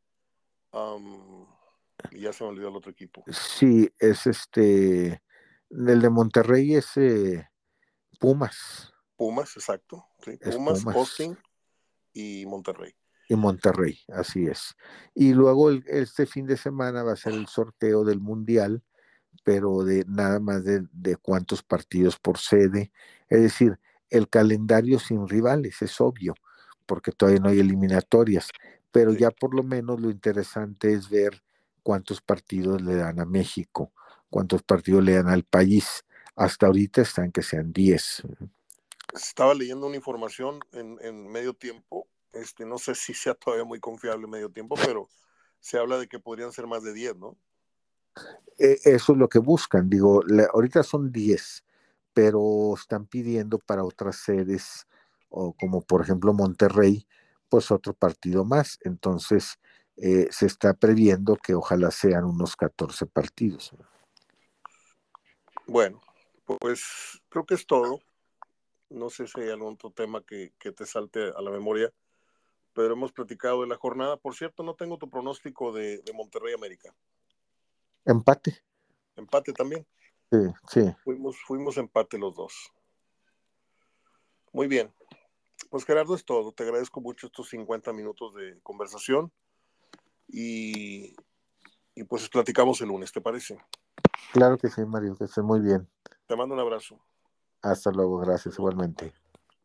Um, y ya se me olvidó el otro equipo. Sí, es este. El de Monterrey es eh, Pumas. Pumas, exacto. Sí, Es Pumas, Pumas. Austin y Monterrey. Y Monterrey, así es. Y luego el- este fin de semana va a ser el sorteo del Mundial, pero de nada más de, de cuántos partidos por sede. Es decir, el calendario sin rivales, es obvio, porque todavía no hay eliminatorias, pero Sí. ya por lo menos lo interesante es ver cuántos partidos le dan a México, cuántos partidos le dan al país. Hasta ahorita están que sean diez. Estaba leyendo una información en, en medio tiempo. Este, no sé si sea todavía muy confiable medio tiempo, pero se habla de que podrían ser más de diez, ¿no? Eh, eso es lo que buscan. Digo, la, ahorita son diez, pero están pidiendo para otras sedes o como por ejemplo Monterrey, pues otro partido más. Entonces, eh, se está previendo que ojalá sean unos catorce partidos. Bueno, pues creo que es todo. No sé si hay algún otro tema que, que te salte a la memoria, pero hemos platicado de la jornada. Por cierto, no tengo tu pronóstico de, de Monterrey América. Empate. Empate también. Sí, sí. Fuimos, fuimos empate los dos. Muy bien. Pues Gerardo, es todo. Te agradezco mucho estos cincuenta minutos de conversación y, y pues platicamos el lunes, ¿te parece? Claro que sí, Mario, que esté muy bien. Te mando un abrazo. Hasta luego, gracias igualmente.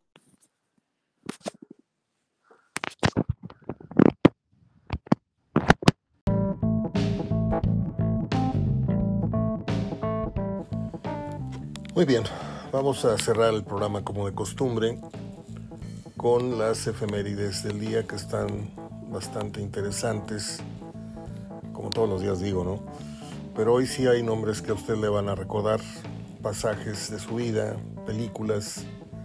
Muy bien, vamos a cerrar el programa como de costumbre con las efemérides del día, que están bastante interesantes, como todos los días digo, ¿no? Pero hoy sí hay nombres que a usted le van a recordar, pasajes de su vida, películas,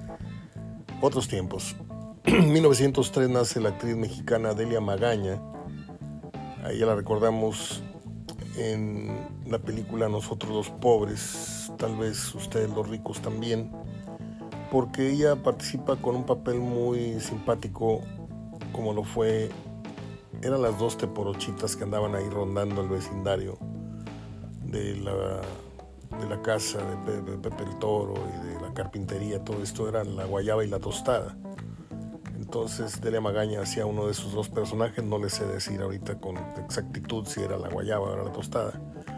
otros tiempos. En mil novecientos tres nace la actriz mexicana Delia Magaña. A ella la recordamos en la película Nosotros los Pobres, tal vez ustedes los ricos también, porque ella participa con un papel muy simpático, como lo fue, eran las dos teporochitas que andaban ahí rondando el vecindario de la, de la casa de Pepe, Pepe el Toro y de la carpintería. Todo esto era la guayaba y la tostada. Entonces Delia Magaña hacía uno de esos dos personajes. No les sé decir ahorita con exactitud si era la guayaba o era la tostada,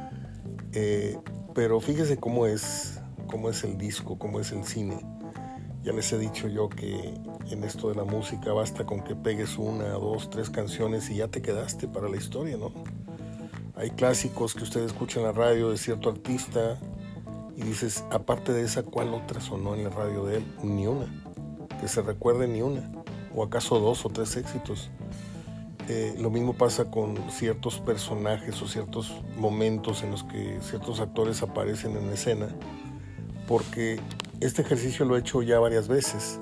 eh, pero fíjese cómo es, cómo es el disco, cómo es el cine. Ya les he dicho yo que en esto de la música basta con que pegues una, dos, tres canciones y ya te quedaste para la historia, ¿no? Hay clásicos que usted escucha en la radio de cierto artista y dices, aparte de esa, ¿cuál otra sonó en la radio de él? Ni una, que se recuerde ni una, o acaso dos o tres éxitos. Eh, lo mismo pasa con ciertos personajes o ciertos momentos en los que ciertos actores aparecen en escena, porque este ejercicio lo he hecho ya varias veces.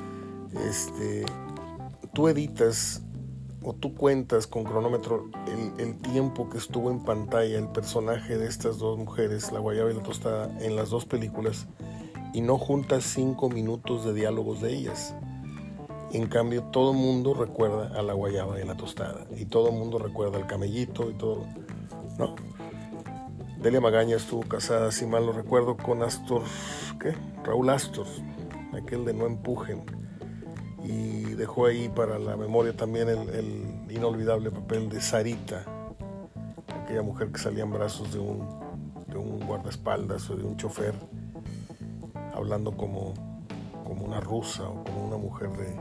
Este, tú editas o tú cuentas con cronómetro el, el tiempo que estuvo en pantalla el personaje de estas dos mujeres, la guayaba y la tostada, en las dos películas, y no juntas cinco minutos de diálogos de ellas. En cambio, todo el mundo recuerda a la guayaba y a la tostada, y todo el mundo recuerda al camellito y todo. No. Delia Magaña estuvo casada, si mal no recuerdo, con Astor, ¿qué? Raúl Astor, aquel de No Empujen, y dejó ahí para la memoria también el, el inolvidable papel de Sarita, aquella mujer que salía en brazos de un, de un guardaespaldas o de un chofer, hablando como, como una rusa o como una mujer de,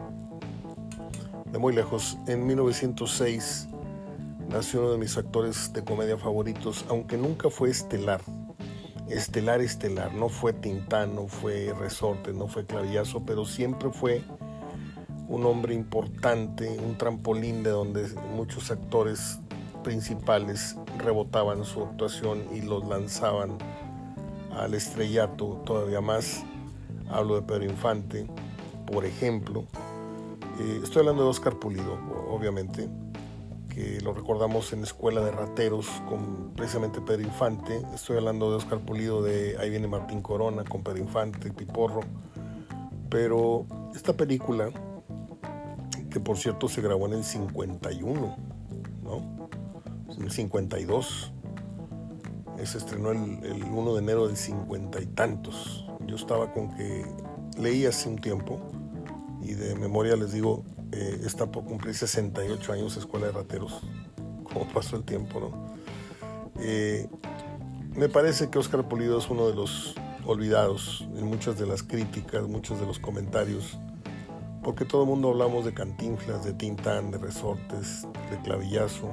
de muy lejos. En mil novecientos seis nació uno de mis actores de comedia favoritos, aunque nunca fue estelar, estelar, estelar, no fue Tintán, no fue Resorte, no fue Clavillazo, pero siempre fue un hombre importante, un trampolín de donde muchos actores principales rebotaban su actuación y los lanzaban al estrellato todavía más. Hablo de Pedro Infante, por ejemplo. Eh, estoy hablando de Óscar Pulido, obviamente, que lo recordamos en Escuela de Rateros con precisamente Pedro Infante. Estoy hablando de Óscar Pulido de Ahí viene Martín Corona con Pedro Infante, Piporro. Pero esta película, que por cierto se grabó en el cincuenta y uno, ¿no? En el cincuenta y dos. Se estrenó el, el uno de enero del cincuenta y tantos. Yo estaba con que leí hace un tiempo y de memoria les digo, eh, está por cumplir sesenta y ocho años Escuela de Rateros. Cómo pasó el tiempo, ¿no? Eh, me parece que Óscar Pulido es uno de los olvidados en muchas de las críticas, muchos de los comentarios, porque todo el mundo hablamos de Cantinflas, de Tintán, de Resortes, de Clavillazo,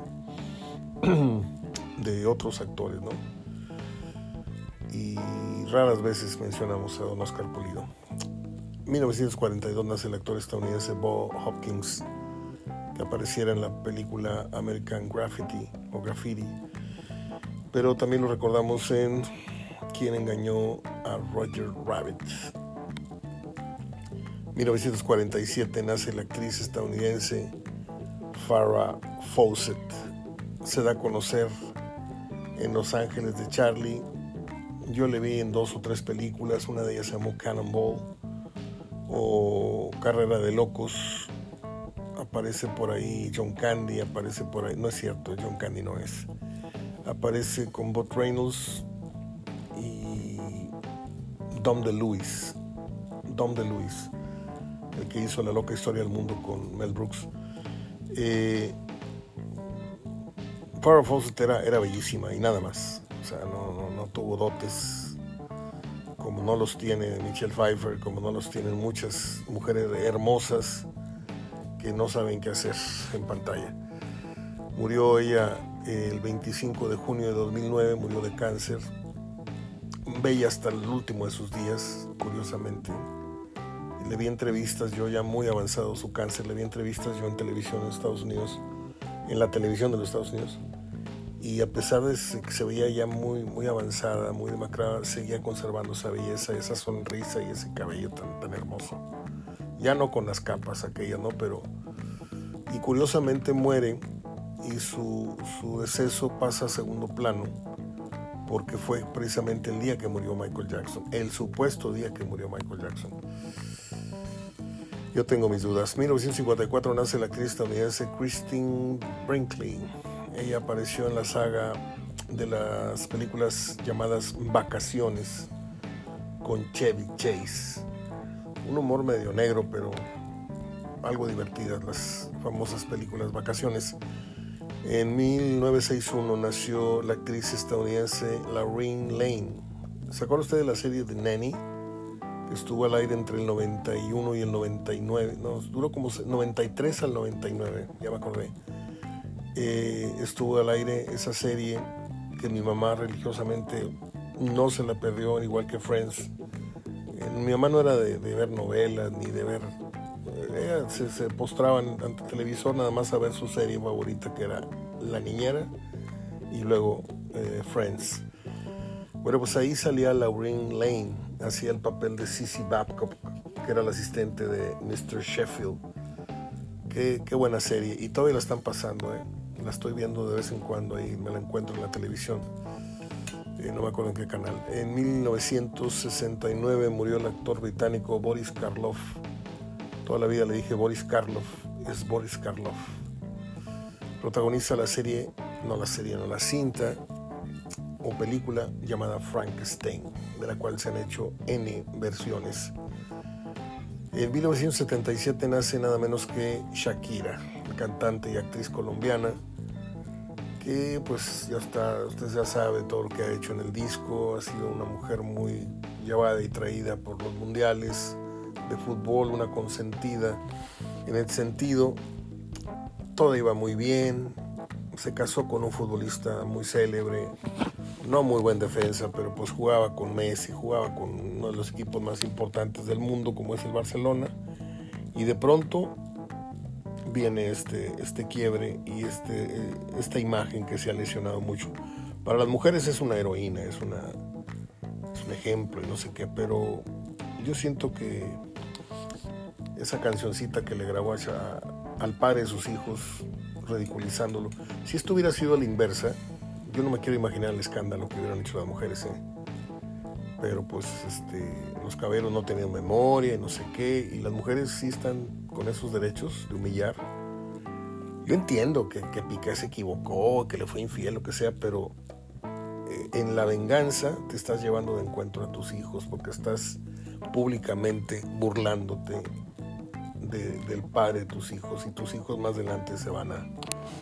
de otros actores, ¿no? Y raras veces mencionamos a don Óscar Pulido. En mil novecientos cuarenta y dos nace el actor estadounidense Bob Hopkins, que apareciera en la película American Graffiti o Graffiti, pero también lo recordamos en Quien engañó a Roger Rabbit. mil novecientos cuarenta y siete nace la actriz estadounidense Farrah Fawcett. Se da a conocer en Los Ángeles de Charlie. Yo le vi en dos o tres películas, una de ellas se llamó Cannonball o Carrera de Locos. Aparece por ahí John Candy, aparece por ahí, no es cierto, John Candy no es. Aparece con Burt Reynolds y Dom DeLuise, Dom DeLuise, el que hizo La Loca Historia del Mundo con Mel Brooks. Eh, Farrah Fawcett era, era bellísima y nada más. O sea, no, no, no tuvo dotes como no los tiene Michelle Pfeiffer, como no los tienen muchas mujeres hermosas que no saben qué hacer en pantalla. Murió ella el veinticinco de junio de dos mil nueve, murió de cáncer. Bella hasta el último de sus días, curiosamente. Le vi entrevistas, yo ya muy avanzado su cáncer, le vi entrevistas yo en televisión en Estados Unidos, en la televisión de los Estados Unidos. Y a pesar de que se veía ya muy, muy avanzada, muy demacrada, seguía conservando esa belleza, esa sonrisa y ese cabello tan, tan hermoso. Ya no con las capas aquellas, ¿no? Pero... Y curiosamente muere y su, su deceso pasa a segundo plano porque fue precisamente el día que murió Michael Jackson, el supuesto día que murió Michael Jackson. Yo tengo mis dudas. mil novecientos cincuenta y cuatro nace la actriz estadounidense Christine Brinkley. Ella apareció en la saga de las películas llamadas Vacaciones con Chevy Chase. Un humor medio negro, pero algo divertidas, las famosas películas Vacaciones. En mil novecientos sesenta y uno nació la actriz estadounidense Laureen Lane. ¿Se acuerda usted de la serie The Nanny? Que estuvo al aire entre el noventa y uno y el noventa y nueve. No, duró como noventa y tres al noventa y nueve, ya me acordé. Eh, estuvo al aire esa serie que mi mamá religiosamente no se la perdió, igual que Friends. Eh, mi mamá no era de, de ver novelas ni de ver... Ella se, se postraba ante el televisor nada más a ver su serie favorita, que era La Niñera, y luego eh, Friends. Bueno, pues ahí salía Laureen Lane, hacía el papel de Sissy Babcock, que era la asistente de mister Sheffield. Qué, qué buena serie, y todavía la están pasando, ¿eh? La estoy viendo de vez en cuando, ahí me la encuentro en la televisión. Eh, no me acuerdo en qué canal. En mil novecientos sesenta y nueve murió el actor británico Boris Karloff. Toda la vida le dije Boris Karloff, es Boris Karloff. Protagoniza la serie, no la serie, no la cinta o película llamada Frankenstein, de la cual se han hecho N versiones. En mil novecientos setenta y siete nace nada menos que Shakira, cantante y actriz colombiana, que pues ya está, usted ya sabe todo lo que ha hecho en el disco. Ha sido una mujer muy llevada y traída por los mundiales de fútbol, una consentida en el sentido, todo iba muy bien, se casó con un futbolista muy célebre, no muy buen defensa, pero pues jugaba con Messi, jugaba con uno de los equipos más importantes del mundo como es el Barcelona, y de pronto viene este, este quiebre y este, esta imagen que se ha lesionado mucho. Para las mujeres es una heroína, es, una, es un ejemplo y no sé qué, pero yo siento que esa cancioncita que le grabó a, al padre de sus hijos, ridiculizándolo, si esto hubiera sido a la inversa, yo no me quiero imaginar el escándalo que hubieran hecho las mujeres, ¿eh? Pero pues este, los caballeros no tenían memoria y no sé qué, y las mujeres sí están con esos derechos de humillar. Yo entiendo que, que Piqué se equivocó, que le fue infiel, lo que sea, pero eh, en la venganza te estás llevando de encuentro a tus hijos porque estás públicamente burlándote de, del padre de tus hijos, y tus hijos más adelante se van a,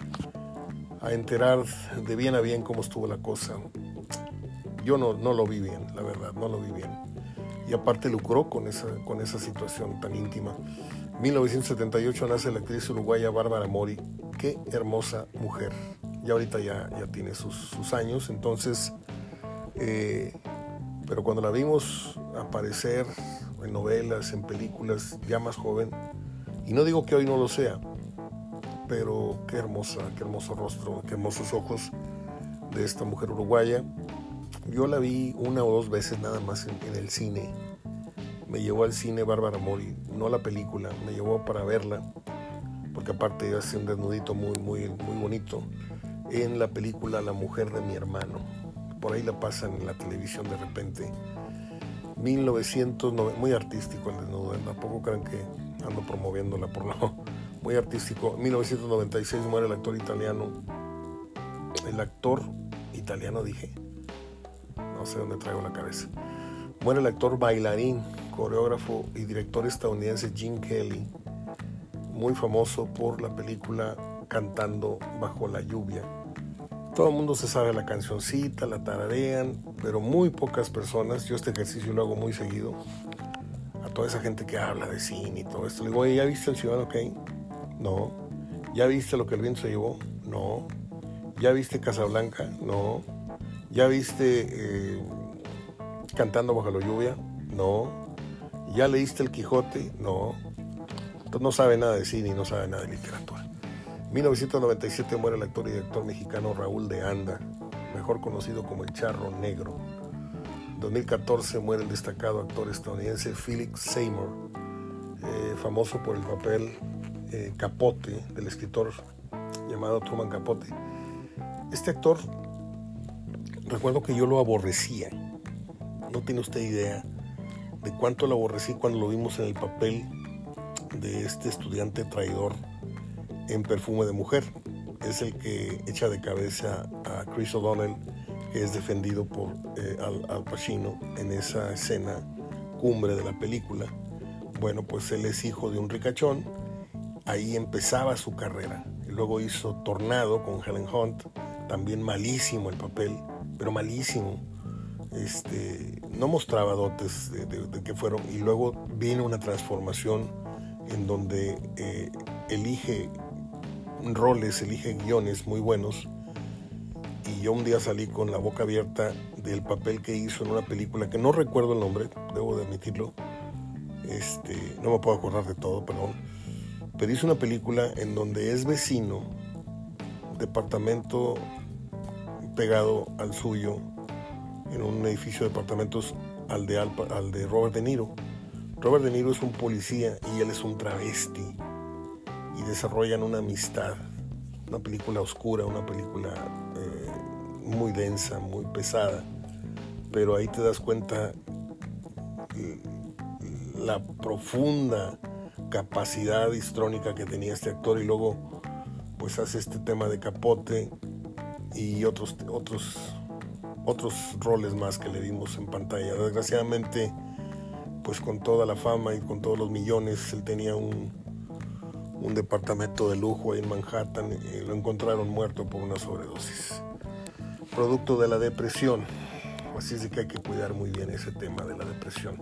a enterar de bien a bien cómo estuvo la cosa. Yo no, no lo vi bien, la verdad, no lo vi bien. Y aparte lucró con esa, con esa situación tan íntima. mil novecientos setenta y ocho nace la actriz uruguaya Bárbara Mori. Qué hermosa mujer. Ya ahorita ya, ya tiene sus, sus años, entonces... Eh, pero cuando la vimos aparecer en novelas, en películas, ya más joven, y no digo que hoy no lo sea, pero qué hermosa, qué hermoso rostro, qué hermosos ojos de esta mujer uruguaya. Yo la vi una o dos veces nada más en, en el cine. me llevó al cine Bárbara Mori, no a la película, me llevó para verla, porque aparte hace un desnudito muy, muy, muy bonito, en la película La mujer de mi hermano. Por ahí la pasan en la televisión de repente. mil novecientos noventa, muy artístico el desnudo, tampoco crean que ando promoviéndola por lo muy artístico. mil novecientos noventa y seis muere el actor italiano, el actor italiano dije, no sé dónde traigo la cabeza, muere el actor, bailarín, coreógrafo y director estadounidense Gene Kelly, muy famoso por la película Cantando bajo la lluvia. Todo el mundo se sabe la cancioncita, la tararean, pero muy pocas personas, yo este ejercicio lo hago muy seguido, a toda esa gente que habla de cine y todo esto, le digo, oye, ¿ya viste El Ciudadano Kane? No. ¿Ya viste Lo que el viento se llevó? No. ¿Ya viste Casablanca? No. ¿Ya viste eh, Cantando bajo la lluvia? No. ¿Ya leíste El Quijote? No. Entonces no sabe nada de cine y no sabe nada de literatura. mil novecientos noventa y siete muere el actor y director mexicano Raúl de Anda, mejor conocido como el Charro Negro. En dos mil catorce muere el destacado actor estadounidense Philip Seymour, eh, famoso por el papel eh, Capote del escritor llamado Truman Capote. Este actor, recuerdo que yo lo aborrecía, no tiene usted idea de cuánto lo aborrecí cuando lo vimos en el papel de este estudiante traidor en Perfume de Mujer. Es el que echa de cabeza a Chris O'Donnell, que es defendido por eh, Al, Al Pacino en esa escena cumbre de la película. Bueno, pues él es hijo de un ricachón, ahí empezaba su carrera. Y luego hizo Tornado con Helen Hunt, también malísimo el papel, pero malísimo. Este, no mostraba dotes de, de, de que fueron, y luego viene una transformación en donde eh, elige roles, elige guiones muy buenos, y yo un día salí con la boca abierta del papel que hizo en una película que no recuerdo el nombre, debo de admitirlo, este, no me puedo acordar de todo, perdón, pero hizo una película en donde es vecino, departamento pegado al suyo, en un edificio de departamentos al de, al de Robert De Niro. Robert De Niro es un policía y él es un travesti, y desarrollan una amistad, una película oscura, una película eh, muy densa, muy pesada, pero ahí te das cuenta eh, la profunda capacidad histrónica que tenía este actor, y luego pues hace este tema de Capote y otros otros otros roles más que le dimos en pantalla. Desgraciadamente, pues con toda la fama y con todos los millones, él tenía un un departamento de lujo ahí en Manhattan, y lo encontraron muerto por una sobredosis, producto de la depresión. Así es de que hay que cuidar muy bien ese tema de la depresión,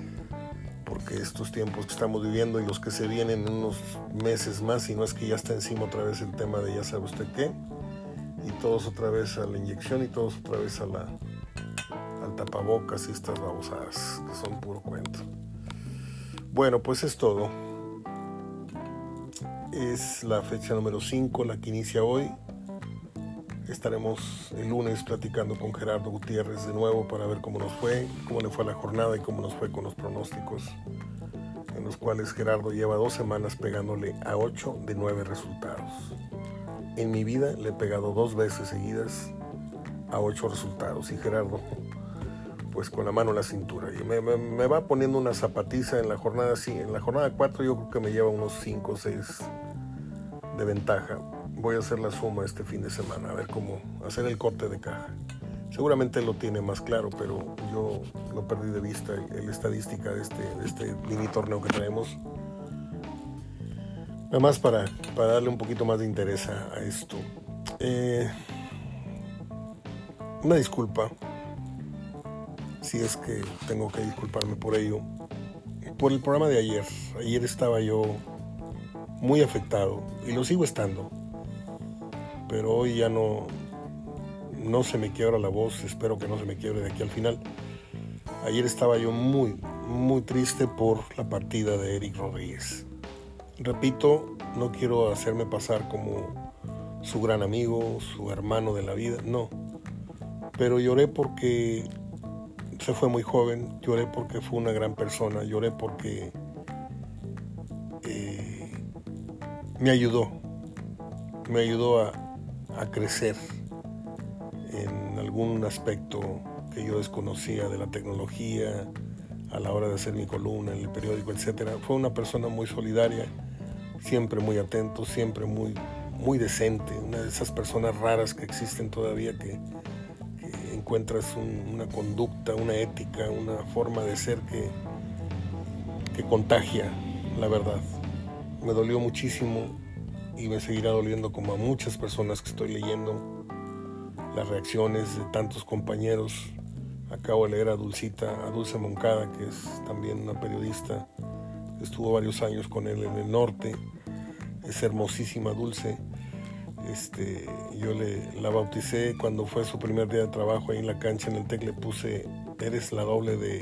porque estos tiempos que estamos viviendo y los que se vienen en unos meses más, y no es que ya está encima otra vez el tema de ya sabe usted qué, y todos otra vez a la inyección y todos otra vez a la, al tapabocas y estas babosadas que son puro cuento. Bueno, pues es todo. Es la fecha número cinco, la que inicia hoy. Estaremos el lunes platicando con Gerardo Gutiérrez de nuevo para ver cómo nos fue, cómo le fue a la jornada y cómo nos fue con los pronósticos, en los cuales Gerardo lleva dos semanas pegándole a ocho de nueve resultados. En mi vida le he pegado dos veces seguidas a ocho resultados, y Gerardo pues con la mano en la cintura, y me, me, me va poniendo una zapatiza en la jornada, sí, en la jornada cuatro yo creo que me lleva unos cinco o seis de ventaja. Voy a hacer la suma este fin de semana, a ver cómo hacer el corte de caja. Seguramente él lo tiene más claro, pero yo lo perdí de vista, la estadística de este, de este mini torneo que traemos. Nada más para, para darle un poquito más de interés a, a esto. Eh, una disculpa, si es que tengo que disculparme por ello, por el programa de ayer. Ayer estaba yo muy afectado, y lo sigo estando, pero hoy ya no, no se me quiebra la voz, espero que no se me quiebre de aquí al final. Ayer estaba yo muy, muy triste por la partida de Eric Rodríguez. Repito, no quiero hacerme pasar como su gran amigo, su hermano de la vida, no, pero lloré porque se fue muy joven. Lloré porque fue una gran persona, lloré porque eh, me ayudó, me ayudó a, a crecer en algún aspecto que yo desconocía de la tecnología, a la hora de hacer mi columna en el periódico, etcétera. Fue una persona muy solidaria, siempre muy atento, siempre muy, muy decente, una de esas personas raras que existen todavía, que, que encuentras un, una conducta, una ética, una forma de ser que, que contagia, la verdad. Me dolió muchísimo y me seguirá doliendo, como a muchas personas que estoy leyendo, las reacciones de tantos compañeros. Acabo de leer a Dulcita, a Dulce Moncada, que es también una periodista, estuvo varios años con él en el norte. Es hermosísima Dulce. Este, yo le, la bauticé cuando fue su primer día de trabajo ahí en la cancha en el TEC. Le puse, eres la doble de,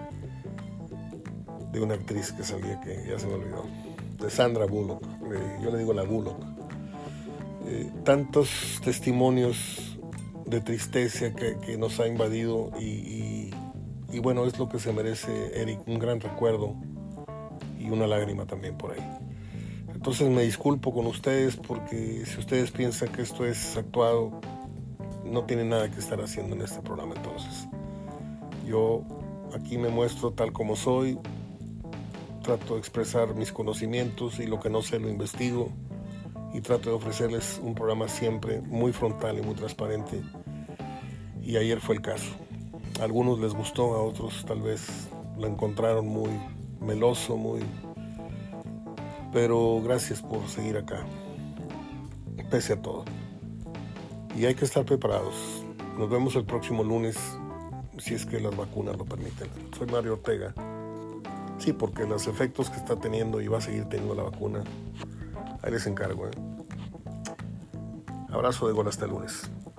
de una actriz que salía, que ya se me olvidó, de Sandra Bullock. Yo le digo la Bullock. Eh, tantos testimonios de tristeza que, que nos ha invadido y, y, y bueno, es lo que se merece Eric, un gran recuerdo y una lágrima también por ahí. Entonces me disculpo con ustedes, porque si ustedes piensan que esto es actuado, no tienen nada que estar haciendo en este programa. Entonces yo aquí me muestro tal como soy, trato de expresar mis conocimientos y lo que no sé lo investigo, y trato de ofrecerles un programa siempre muy frontal y muy transparente. Y ayer fue el caso. A algunos les gustó, a otros tal vez lo encontraron muy meloso, muy... Pero gracias por seguir acá, pese a todo. Y hay que estar preparados. Nos vemos el próximo lunes, si es que las vacunas lo permiten. Soy Mario Ortega. Sí, porque los efectos que está teniendo y va a seguir teniendo la vacuna, ahí les encargo, ¿eh? Abrazo de gol hasta el lunes.